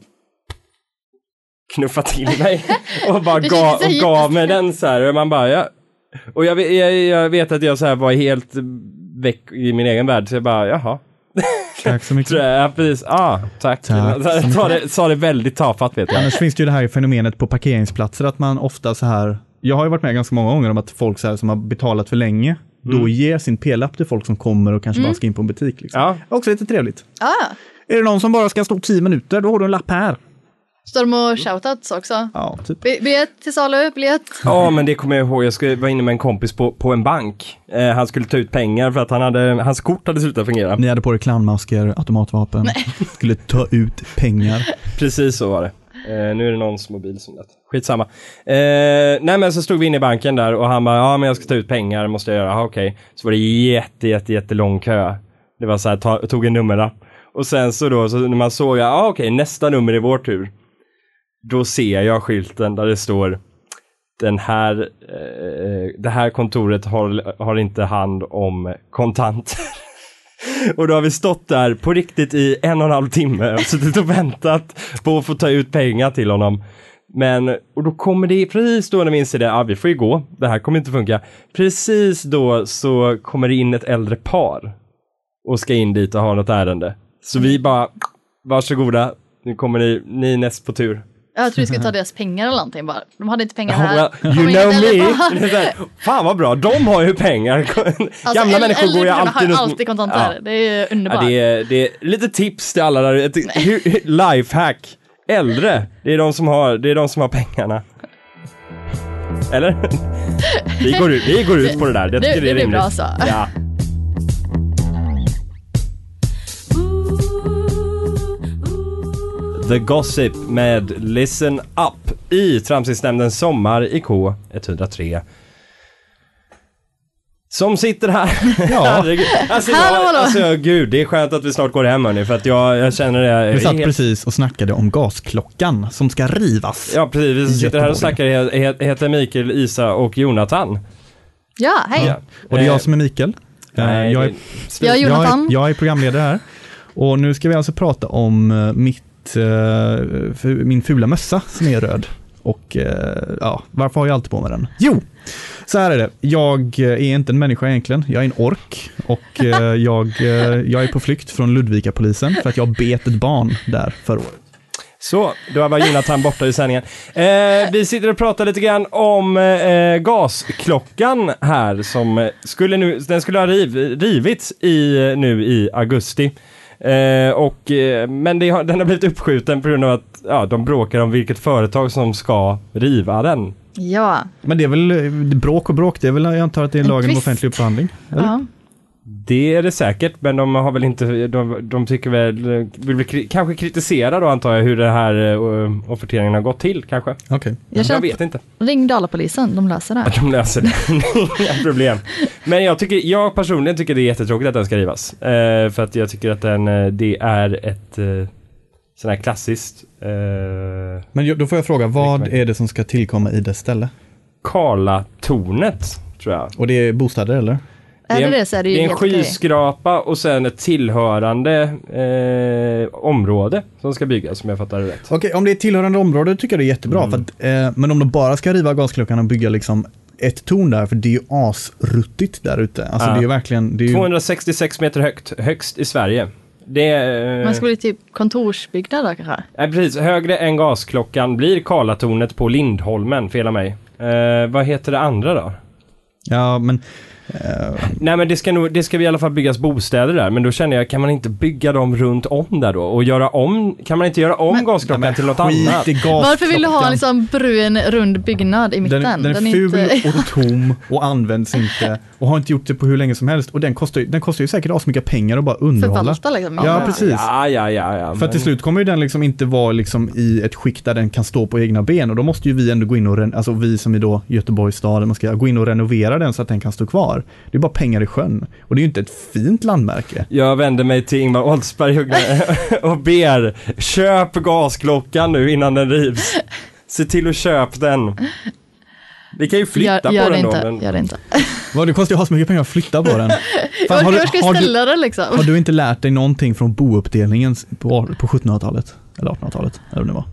Speaker 2: knuffa till mig och bara gav mig den så här. Och man bara, och jag vet att jag så här var helt väck i min egen värld, så jag bara, jaha.
Speaker 4: Tack så mycket.
Speaker 2: Tack. Sa det väldigt tafatt, vet jag.
Speaker 4: Annars finns det ju det här fenomenet på parkeringsplatser att man ofta så här, jag har ju varit med ganska många gånger om att folk så här, som har betalat för länge då ger sin p-lapp till folk som kommer och kanske bara ska in på en butik. Liksom. Ja. Också lite trevligt. Är det någon som bara ska stå 10 minuter, då har du en lapp här.
Speaker 3: Står de och shoutouts också?
Speaker 4: Ja, typ.
Speaker 3: Biljett till salu, biljett.
Speaker 2: Ja, men det kommer jag ihåg. Jag var inne med en kompis på en bank. Han skulle ta ut pengar för att hans kort hade slutat fungera.
Speaker 4: Ni hade på er clownmasker, automatvapen. Skulle ta ut pengar.
Speaker 2: Precis så var det. Nu är det någons mobil som det. Skitsamma. Nej, men så stod vi inne i banken där och han bara, men jag ska ta ut pengar, måste jag göra. Okej. Så var det jättelång kö. Det var så här, tog en nummerlapp. Och sen så när man såg, nästa nummer är vår tur. Då ser jag skylten där det står det här kontoret har inte hand om kontanter. Och då har vi stått där på riktigt i 1,5 timme och suttit och väntat på att få ta ut pengar till honom. Och då kommer det precis då när vi inser det, vi får ju gå, det här kommer inte funka. Precis då så kommer det in ett äldre par och ska in dit och ha något ärende. Så vi bara, varsågoda, nu kommer ni näst på tur.
Speaker 3: Jag tror vi skulle ta deras pengar eller någonting bara. De hade inte pengar
Speaker 2: här. You know me. Fan vad bra, de har ju pengar.
Speaker 3: Alltså,
Speaker 2: gamla människor går ju
Speaker 3: alltid kontanter. Ja. Det är ju underbart.
Speaker 2: Ja, det är lite tips till alla där. Lifehack. Äldre, det är de som har pengarna. Eller? Vi går ut på det där.
Speaker 3: Det blir bra så.
Speaker 2: Ja. The Gossip med Listen Up i Tramsisnämndens sommar i K103. Som sitter här.
Speaker 4: Ja.
Speaker 2: Alltså gud, det är skönt att vi snart går hem hörni, för att jag känner det.
Speaker 4: Vi satt precis och snackade om gasklockan som ska rivas.
Speaker 2: Ja, precis. Vi sitter här och snackar, heter Mikael, Isa och Jonathan.
Speaker 3: Ja, hej. Ja.
Speaker 4: Och det är jag som är Mikael.
Speaker 3: Jag är Jonathan.
Speaker 4: Jag är programledare här. Och nu ska vi alltså prata om min fula mössa som är röd. Och varför har jag alltid på med den? Jo, så här är det. Jag är inte en människa egentligen. Jag är en ork. Och jag är på flykt från Ludvika-polisen för att jag bet ett barn där förra året.
Speaker 2: Så, då var Jonathan borta i sändningen. Vi sitter och pratar lite grann om gasklockan här som skulle ha rivits nu i augusti. Men den har blivit uppskjuten på grund av att de bråkar om vilket företag som ska riva den.
Speaker 3: Ja.
Speaker 4: Men det är väl bråk och bråk, det är väl, jag antar att det är lagen om offentlig upphandling. Eller?
Speaker 3: Ja.
Speaker 2: Det är det säkert, men de har väl inte, de tycker väl, vill kanske kritisera då antar jag hur det här offerteringen har gått till kanske.
Speaker 4: Okay.
Speaker 2: Jag vet inte.
Speaker 3: Ring Dalapolisen, de löser det.
Speaker 2: De löser det, inga problem. Men jag personligen tycker det är jättetråkigt att den ska rivas. För att jag tycker att det är ett sån här klassiskt.
Speaker 4: Men då får jag fråga, vad är det som ska tillkomma i dess ställe?
Speaker 2: Karlatornet, tror jag.
Speaker 4: Och det är bostäder eller?
Speaker 3: Det är
Speaker 2: en skyskrapa och sen ett tillhörande område som ska byggas, som jag fattar det rätt.
Speaker 4: Okej, om det är ett tillhörande område tycker jag det är jättebra. För att, men om de bara ska riva gasklockan och bygga liksom ett torn där, för det är ju asruttigt där ute. Alltså det är ju verkligen... Det är ju...
Speaker 2: 266 meter högst i Sverige.
Speaker 3: Man skulle typ kontorsbyggnad där kanske?
Speaker 2: Nej, precis. Högre än gasklockan blir Karlatornet på Lindholmen, fel av mig. Vad heter det andra då?
Speaker 4: Ja, men...
Speaker 2: Nej, men det ska i alla fall byggas bostäder där, men då känner jag, kan man inte bygga dem runt om där då och kan man inte göra om gasklockan till något annat?
Speaker 3: Varför vill du ha en liksom brun rund byggnad i mitten?
Speaker 4: Den är ful och tom och används inte och har inte gjort det på hur länge som helst, och den kostar ju säkert så mycket pengar att bara underhålla.
Speaker 3: Liksom.
Speaker 4: Ja, precis.
Speaker 2: Ja,
Speaker 4: för att till slut kommer ju den liksom inte vara liksom i ett skick där den kan stå på egna ben, och då måste ju vi ändå gå in och alltså vi som är då Göteborgs stad, man ska gå in och renovera den så att den kan stå kvar. Det är bara pengar i sjön. Och det är ju inte ett fint landmärke. Jag
Speaker 2: vänder mig till Ingvar Oldsberg och ber, köp gasklockan nu innan den rivs. Se till att köp den. Vi kan ju flytta på den då.
Speaker 3: Gör det inte.
Speaker 4: Vad, det kostar ju att ha så mycket pengar att flytta på den.
Speaker 3: Fan, har
Speaker 4: du inte lärt dig någonting från bouppdelningen på 1700-talet? Eller 1800-talet? Eller det var.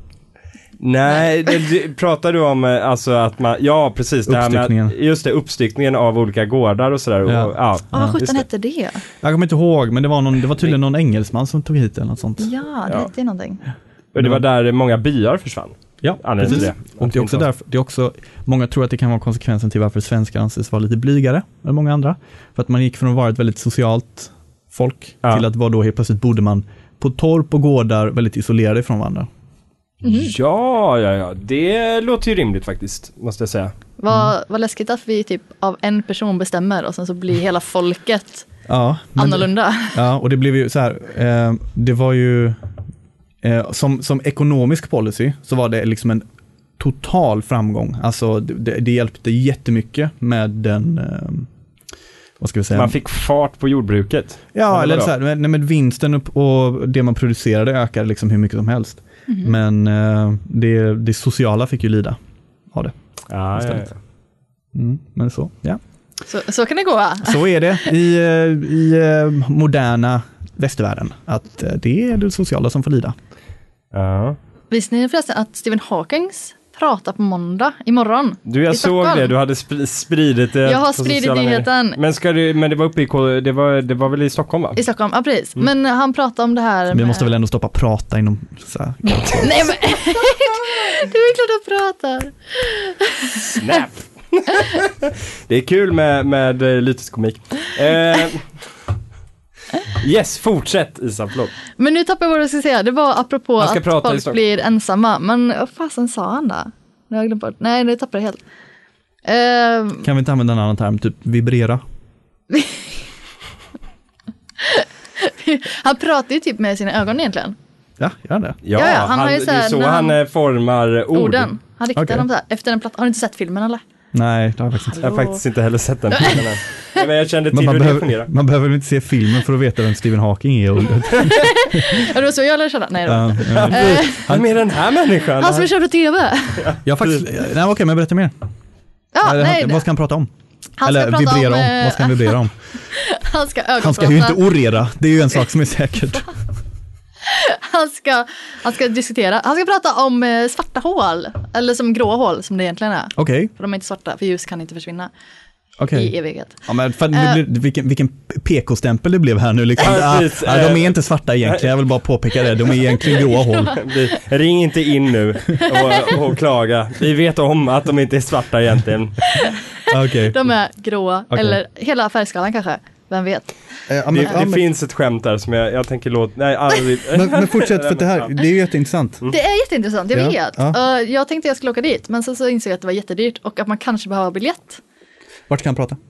Speaker 2: Nej, pratar du om alltså att man, ja precis, det här med, just det, uppstyckningen av olika gårdar och sådär.
Speaker 3: Ja. Vad 17 hette det?
Speaker 4: Jag kommer inte ihåg, men det var tydligen någon engelsman som tog hit eller något sånt.
Speaker 3: Ja, det hette någonting.
Speaker 2: Och det var där många byar försvann.
Speaker 4: Ja, precis. Och det är också därför, många tror att det kan vara konsekvensen till varför svenskar anses vara lite blygare än många andra. För att man gick från att vara ett väldigt socialt folk till att vara då helt plötsligt bodde man på torp och gårdar väldigt isolerade från varandra.
Speaker 2: Mm. Ja, det låter ju rimligt faktiskt, måste jag säga.
Speaker 3: Vad läskigt att vi typ av en person bestämmer och sen så blir hela folket annorlunda.
Speaker 4: Ja, och det blev ju så här, det var ju som ekonomisk policy så var det liksom en total framgång. Alltså det hjälpte jättemycket med den vad ska vi säga?
Speaker 2: Man fick fart på jordbruket.
Speaker 4: Ja, eller så här, med vinsten och det man producerade ökade liksom hur mycket som helst. Men det sociala fick ju lida av det.
Speaker 2: Ja.
Speaker 4: Men så, ja.
Speaker 3: Så kan det gå.
Speaker 4: Så är det i moderna västvärlden. Att det är det sociala som får lida.
Speaker 2: Ja.
Speaker 3: Visste ni förresten att Stephen Hawking pratar på måndag imorgon?
Speaker 2: Jag såg det, du hade spridit det.
Speaker 3: Jag har spridit nyheten.
Speaker 2: Men det var uppe i det var väl i Stockholm, va?
Speaker 3: I Stockholm, ja precis. Men han pratar om det här.
Speaker 4: Vi måste väl ändå stoppa prata inom så här.
Speaker 3: Nej men det är klart att pratar.
Speaker 2: Snap. Det är kul med lite komik. Yes, fortsätt Isa, förlåt.
Speaker 3: Men nu tappar jag vad jag ska säga. Det var apropå att folk blir ensamma. Men vad fasen sa han då? Nu har jag glömt bort. Nej, det tappar jag helt.
Speaker 4: Kan vi inte använda en annan term? Typ vibrera?
Speaker 3: Han pratar ju typ med sina ögon egentligen.
Speaker 4: Ja, gör det.
Speaker 2: Ja,
Speaker 3: han har ju
Speaker 2: det är så han formar
Speaker 3: orden. Han riktar dem så här, efter en platta. Har du inte sett filmen eller?
Speaker 4: Nej, det har jag faktiskt inte.
Speaker 2: Jag har faktiskt inte heller sett den filmen. Men jag kände till hur det fungerar.
Speaker 4: Man behöver väl inte se filmen för att veta vem Stephen Hawking är.
Speaker 3: Ja, det var så jag lärde känna. Nej då.
Speaker 2: Han är den här människan.
Speaker 3: Han som körde tv.
Speaker 4: Jag faktiskt... Nej, okej, men berätta mer.
Speaker 3: Ja, nej.
Speaker 4: Vad ska han prata om?
Speaker 3: Eller
Speaker 4: vibrera om. Vad ska han vibrera om? Han ska ju inte orera. Det är ju en sak som är säkert.
Speaker 3: Han ska diskutera. Han ska prata om svarta hål. Eller som grå hål som det egentligen är.
Speaker 4: Okej.
Speaker 3: För de är inte svarta. För ljus kan inte försvinna.
Speaker 4: Okay.
Speaker 3: I evighet.
Speaker 4: Ja, men vilken PK-stämpel det blev här nu liksom. De är inte svarta egentligen, jag vill bara påpeka det. De är egentligen gråa hål.
Speaker 2: Ring inte in nu och klaga. Vi vet om att de inte är svarta egentligen.
Speaker 4: Okay.
Speaker 3: De är gråa, eller hela färgskalan kanske. Vem vet?
Speaker 2: Det finns ett skämt där som jag tänker låta... Nej,
Speaker 4: men fortsätt, för det här, det är ju jätteintressant.
Speaker 3: Det är jätteintressant, jag vet. Jag tänkte jag skulle åka dit, men sen så insåg jag att det var jättedyrt och att man kanske behöver biljett.
Speaker 4: Vart kan han prata?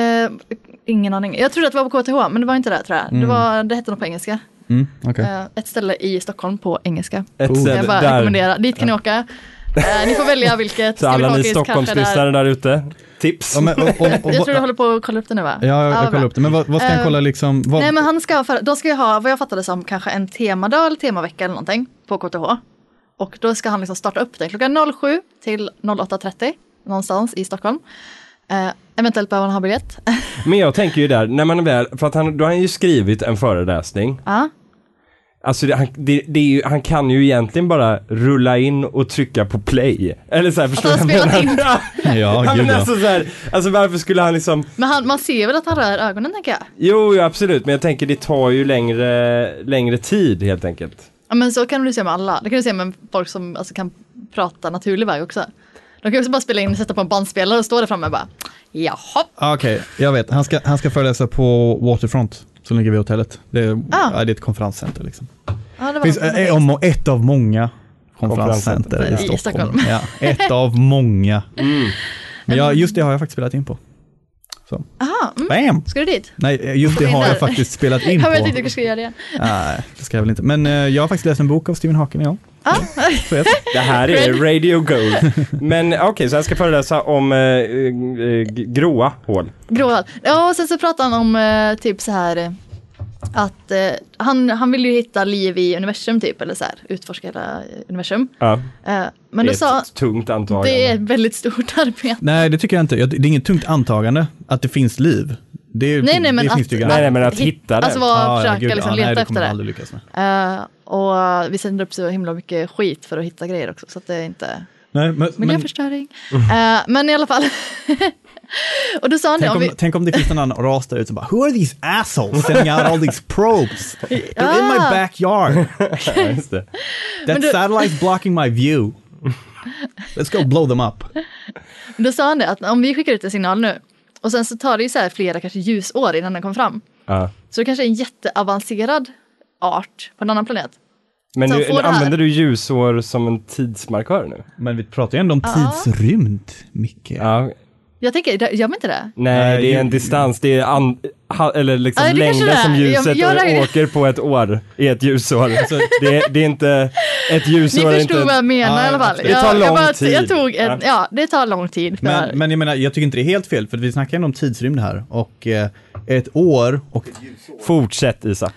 Speaker 3: Ingen aning. Jag trodde att det var på KTH, men det var inte det, tror jag. Det hette något på engelska.
Speaker 4: Okay.
Speaker 3: Ett ställe i Stockholm på engelska.
Speaker 2: Ett ställe
Speaker 3: jag bara rekommenderar. Dit kan ni åka. Ni får välja vilket.
Speaker 2: Så alla ni Stockholmslyssnare där ute, tips.
Speaker 4: Ja,
Speaker 3: jag tror du håller på att kolla upp det nu, va?
Speaker 4: Ja, jag kollar upp det. Men vad ska han kolla liksom?
Speaker 3: Nej, men de ska ju ha, vad jag fattade som, kanske en temadag eller temavecka eller någonting på KTH. Och då ska han liksom starta upp det klockan 07 till 08:30 någonstans i Stockholm. Eventuellt behöver han ha biljett.
Speaker 2: Men jag tänker ju där, när man är väl, för att då har han ju skrivit en föreläsning.
Speaker 3: Ja.
Speaker 2: Alltså han kan ju egentligen bara rulla in och trycka på play. Eller så här, förstår
Speaker 3: jag menar?
Speaker 4: Ja, gud,
Speaker 2: alltså varför skulle han liksom...
Speaker 3: Men man ser väl att han rör ögonen, tänker jag.
Speaker 2: Jo, absolut. Men jag tänker det tar ju längre tid helt enkelt.
Speaker 3: Ja, men så kan du se med alla. Det kan du se med folk som alltså, kan prata naturlig väg också. De kan också bara spela in och sätta på en bandspelare och stå där framme och bara, jaha.
Speaker 4: Okej, jag vet. Han ska föreläsa på Waterfront, som ligger vid hotellet. Det är ett konferenscenter liksom.
Speaker 3: Ja, det
Speaker 4: finns ett av många konferenscenter i Stockholm. Ja, ett av många. Men just det har jag faktiskt spelat in på. Så.
Speaker 3: Aha,
Speaker 4: Bam!
Speaker 3: Ska du dit?
Speaker 4: Nej, just det har jag faktiskt spelat in på.
Speaker 3: Jag vet inte hur du ska göra det.
Speaker 4: Nej, det ska jag väl inte. Men jag har faktiskt läst en bok av Stephen Hawking, ja.
Speaker 2: Det här är Radio Gold. Men okej, så jag ska föreläsa om gråa hål.
Speaker 3: Gråa hål. Ja, och sen så pratar han om typ så här att han vill ju hitta liv i universum typ, eller så här, utforska hela universum.
Speaker 2: Ja.
Speaker 3: Men
Speaker 2: det är ett tungt antagande.
Speaker 3: Det är ett väldigt stort arbete.
Speaker 4: Nej, det tycker jag inte. Det är inget tungt antagande att det finns liv.
Speaker 3: Nej, men
Speaker 2: men att hitta det.
Speaker 3: Alltså försöka liksom leta efter det.
Speaker 4: Aldrig lyckas med.
Speaker 3: Och vi sänder upp så himla mycket skit för att hitta grejer också, så att det är inte miljöförstöring. Men i alla fall. Och då sa han
Speaker 4: tänk om det finns någon annan ras där ute som bara, who are these assholes sending out all these probes? They're in my backyard.
Speaker 2: Just det.
Speaker 4: That satellite's blocking my view. Let's go blow them up.
Speaker 3: Då sa han det, att om vi skickar ut en signal nu och sen så tar det ju så här flera kanske ljusår innan den kom fram. Så det kanske är en jätteavancerad art på en annan planet.
Speaker 2: Men nu använder du ljusår som en tidsmarkör nu?
Speaker 4: Men vi pratar ju ändå om tidsrymd, Micke.
Speaker 2: Ja.
Speaker 3: Jag tänker, gör man inte det?
Speaker 2: Nej, det är en distans. Det är eller liksom längden som ljuset åker på ett år i ett ljusår. Så det är inte ett ljusår.
Speaker 3: Ni förstod vad jag menar i alla fall.
Speaker 2: Det tar lång tid.
Speaker 3: Det tar lång tid.
Speaker 4: Men jag menar, jag tycker inte det är helt fel, för vi snackar om tidsrymd här. Och ett år och ett ljusår.
Speaker 2: Fortsätt, Isa.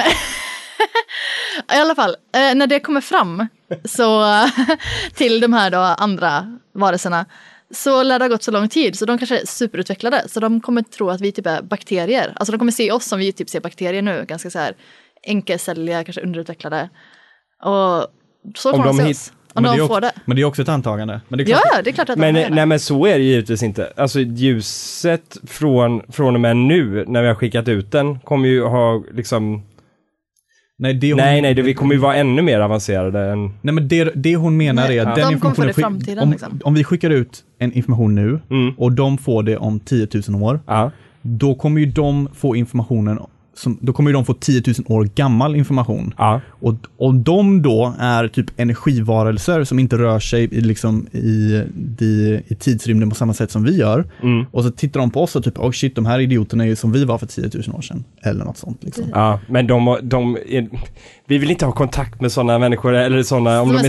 Speaker 3: I alla fall, när det kommer fram så till de här då andra varelserna, så lär det ha gått så lång tid så de kanske är superutvecklade, så de kommer tro att vi typ är bakterier. Alltså de kommer se oss som vi typ ser bakterier nu, ganska så här enkelcelliga, kanske underutvecklade. Och så kommer de se oss. Om de får det.
Speaker 4: Men det är också ett antagande. Men det är
Speaker 3: klart, det är klart att
Speaker 2: men så är det givetvis inte. Alltså ljuset från och med nu, när vi har skickat ut den, kommer ju ha liksom... Nej, vi kommer ju vara ännu mer avancerade än... Nej, men det hon menar är att den informationen...
Speaker 3: Framtiden, liksom.
Speaker 4: Om vi skickar ut en information nu och de får det om 10 000 år, då kommer ju de få informationen då kommer ju de få 10 000 år gammal information. Ja. Och om de då är typ energivarelser som inte rör sig i tidsrymden på samma sätt som vi gör. Och så tittar de på oss och typ, oh shit, de här idioterna är ju som vi var för 10 000 år sedan. Eller något sånt liksom.
Speaker 2: Ja, men vi vill inte ha kontakt med sådana människor eller sådana om de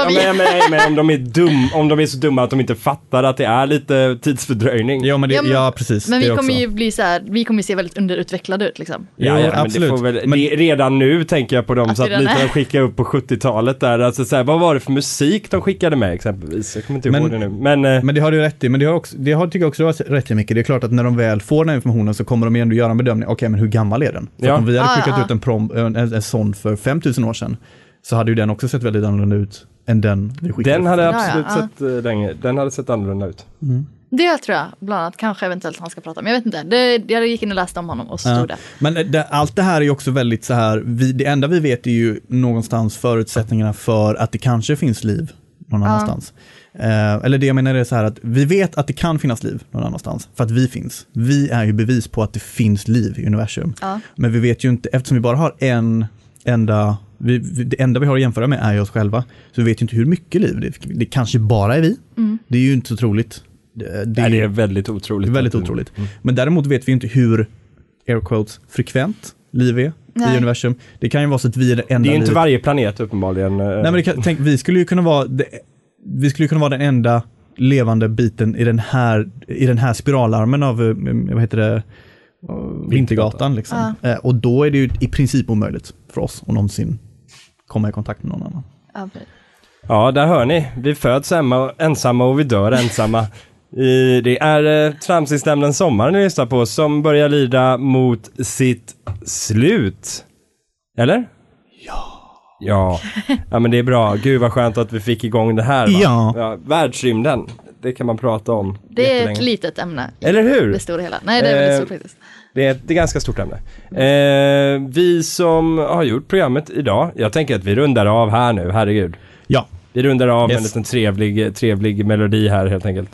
Speaker 2: är så dumma att de inte fattar att det är lite tidsfördröjning.
Speaker 4: Ja, men precis.
Speaker 3: Men vi kommer ju bli så här, vi kommer se väldigt underutvecklade ut liksom.
Speaker 2: Ja, absolut. Men redan nu tänker jag på dem så att lite de skickade upp på 70-talet där, alltså så här, vad var det för musik de skickade med exempelvis? Jag kommer inte ihåg det nu. Men det
Speaker 4: har du rätt i, men tycker jag också rätt i mycket. Det är klart att när de väl får den informationen så kommer de ändå göra en bedömning. Okej, men hur gammal är den? För om vi hade skickat ut en sån för 5 000 år sedan så hade ju den också sett väldigt annorlunda ut än den vi skickade.
Speaker 2: Den hade absolut sett länge. Den hade sett annorlunda ut.
Speaker 3: Det tror jag, bland annat, kanske eventuellt han ska prata om. Jag vet inte, jag gick in och läste om honom och så stod det.
Speaker 4: Men allt det här är ju också väldigt så här, det enda vi vet är ju någonstans förutsättningarna för att det kanske finns liv någon annanstans. Eller det jag menar är så här att vi vet att det kan finnas liv någon annanstans för att vi finns. Vi är ju bevis på att det finns liv i universum. Men vi vet ju inte, eftersom vi bara har det enda vi har att jämföra med är oss själva. Så vi vet ju inte hur mycket liv det kanske bara är vi. Det är ju inte så troligt.
Speaker 2: Det är väldigt otroligt.
Speaker 4: Väldigt otroligt. Men däremot vet vi inte hur air quotes frekvent liv är i universum. Det kan ju vara så att vi är det enda.
Speaker 2: Det är ju inte varje planet uppenbarligen.
Speaker 4: Nej, men tänk, vi skulle ju kunna vara den enda levande biten i den här spiralarmen av Vintergatan liksom. Och då är det ju i princip omöjligt för oss att någonsin komma i kontakt med någon annan.
Speaker 2: Ja, där hör ni. Vi föds ensamma och vi dör ensamma. Det är Tramsingstämnen sommar ni lyssnar på som börjar lida mot sitt slut. Eller? Ja, men det är bra. Gud vad skönt att vi fick igång det här. Ja, världsrymden. Det kan man prata om.
Speaker 3: Det är ett litet ämne.
Speaker 2: Eller hur?
Speaker 3: Det stora hela. Nej, det är väldigt stort faktiskt.
Speaker 2: Det är ett ganska stort ämne. Vi som har gjort programmet idag, jag tänker att vi rundar av här nu, herregud.
Speaker 4: Ja.
Speaker 2: Vi rundar av en liten trevlig melodi här helt enkelt.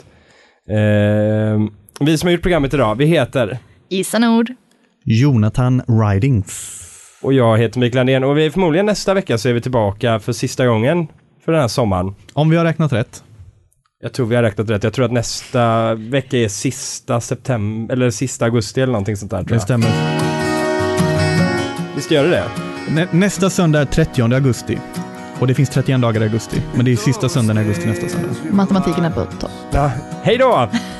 Speaker 2: Vi som har gjort programmet idag, vi heter
Speaker 3: Isa Nord,
Speaker 4: Jonathan Ridings
Speaker 2: och jag heter Mikael Andén och vi är förmodligen nästa vecka så är vi tillbaka för sista gången för den här sommaren.
Speaker 4: Om vi har räknat rätt.
Speaker 2: Jag tror vi har räknat rätt. Jag tror att nästa vecka är sista september eller sista augusti eller någonting sånt där.
Speaker 4: Det stämmer.
Speaker 2: Visst gör det?
Speaker 4: Nästa söndag är 30 augusti. Och det finns 31 dagar i augusti. Men det är sista söndagen i augusti nästa söndag.
Speaker 3: Matematiken är på topp.
Speaker 2: Ja, hej då!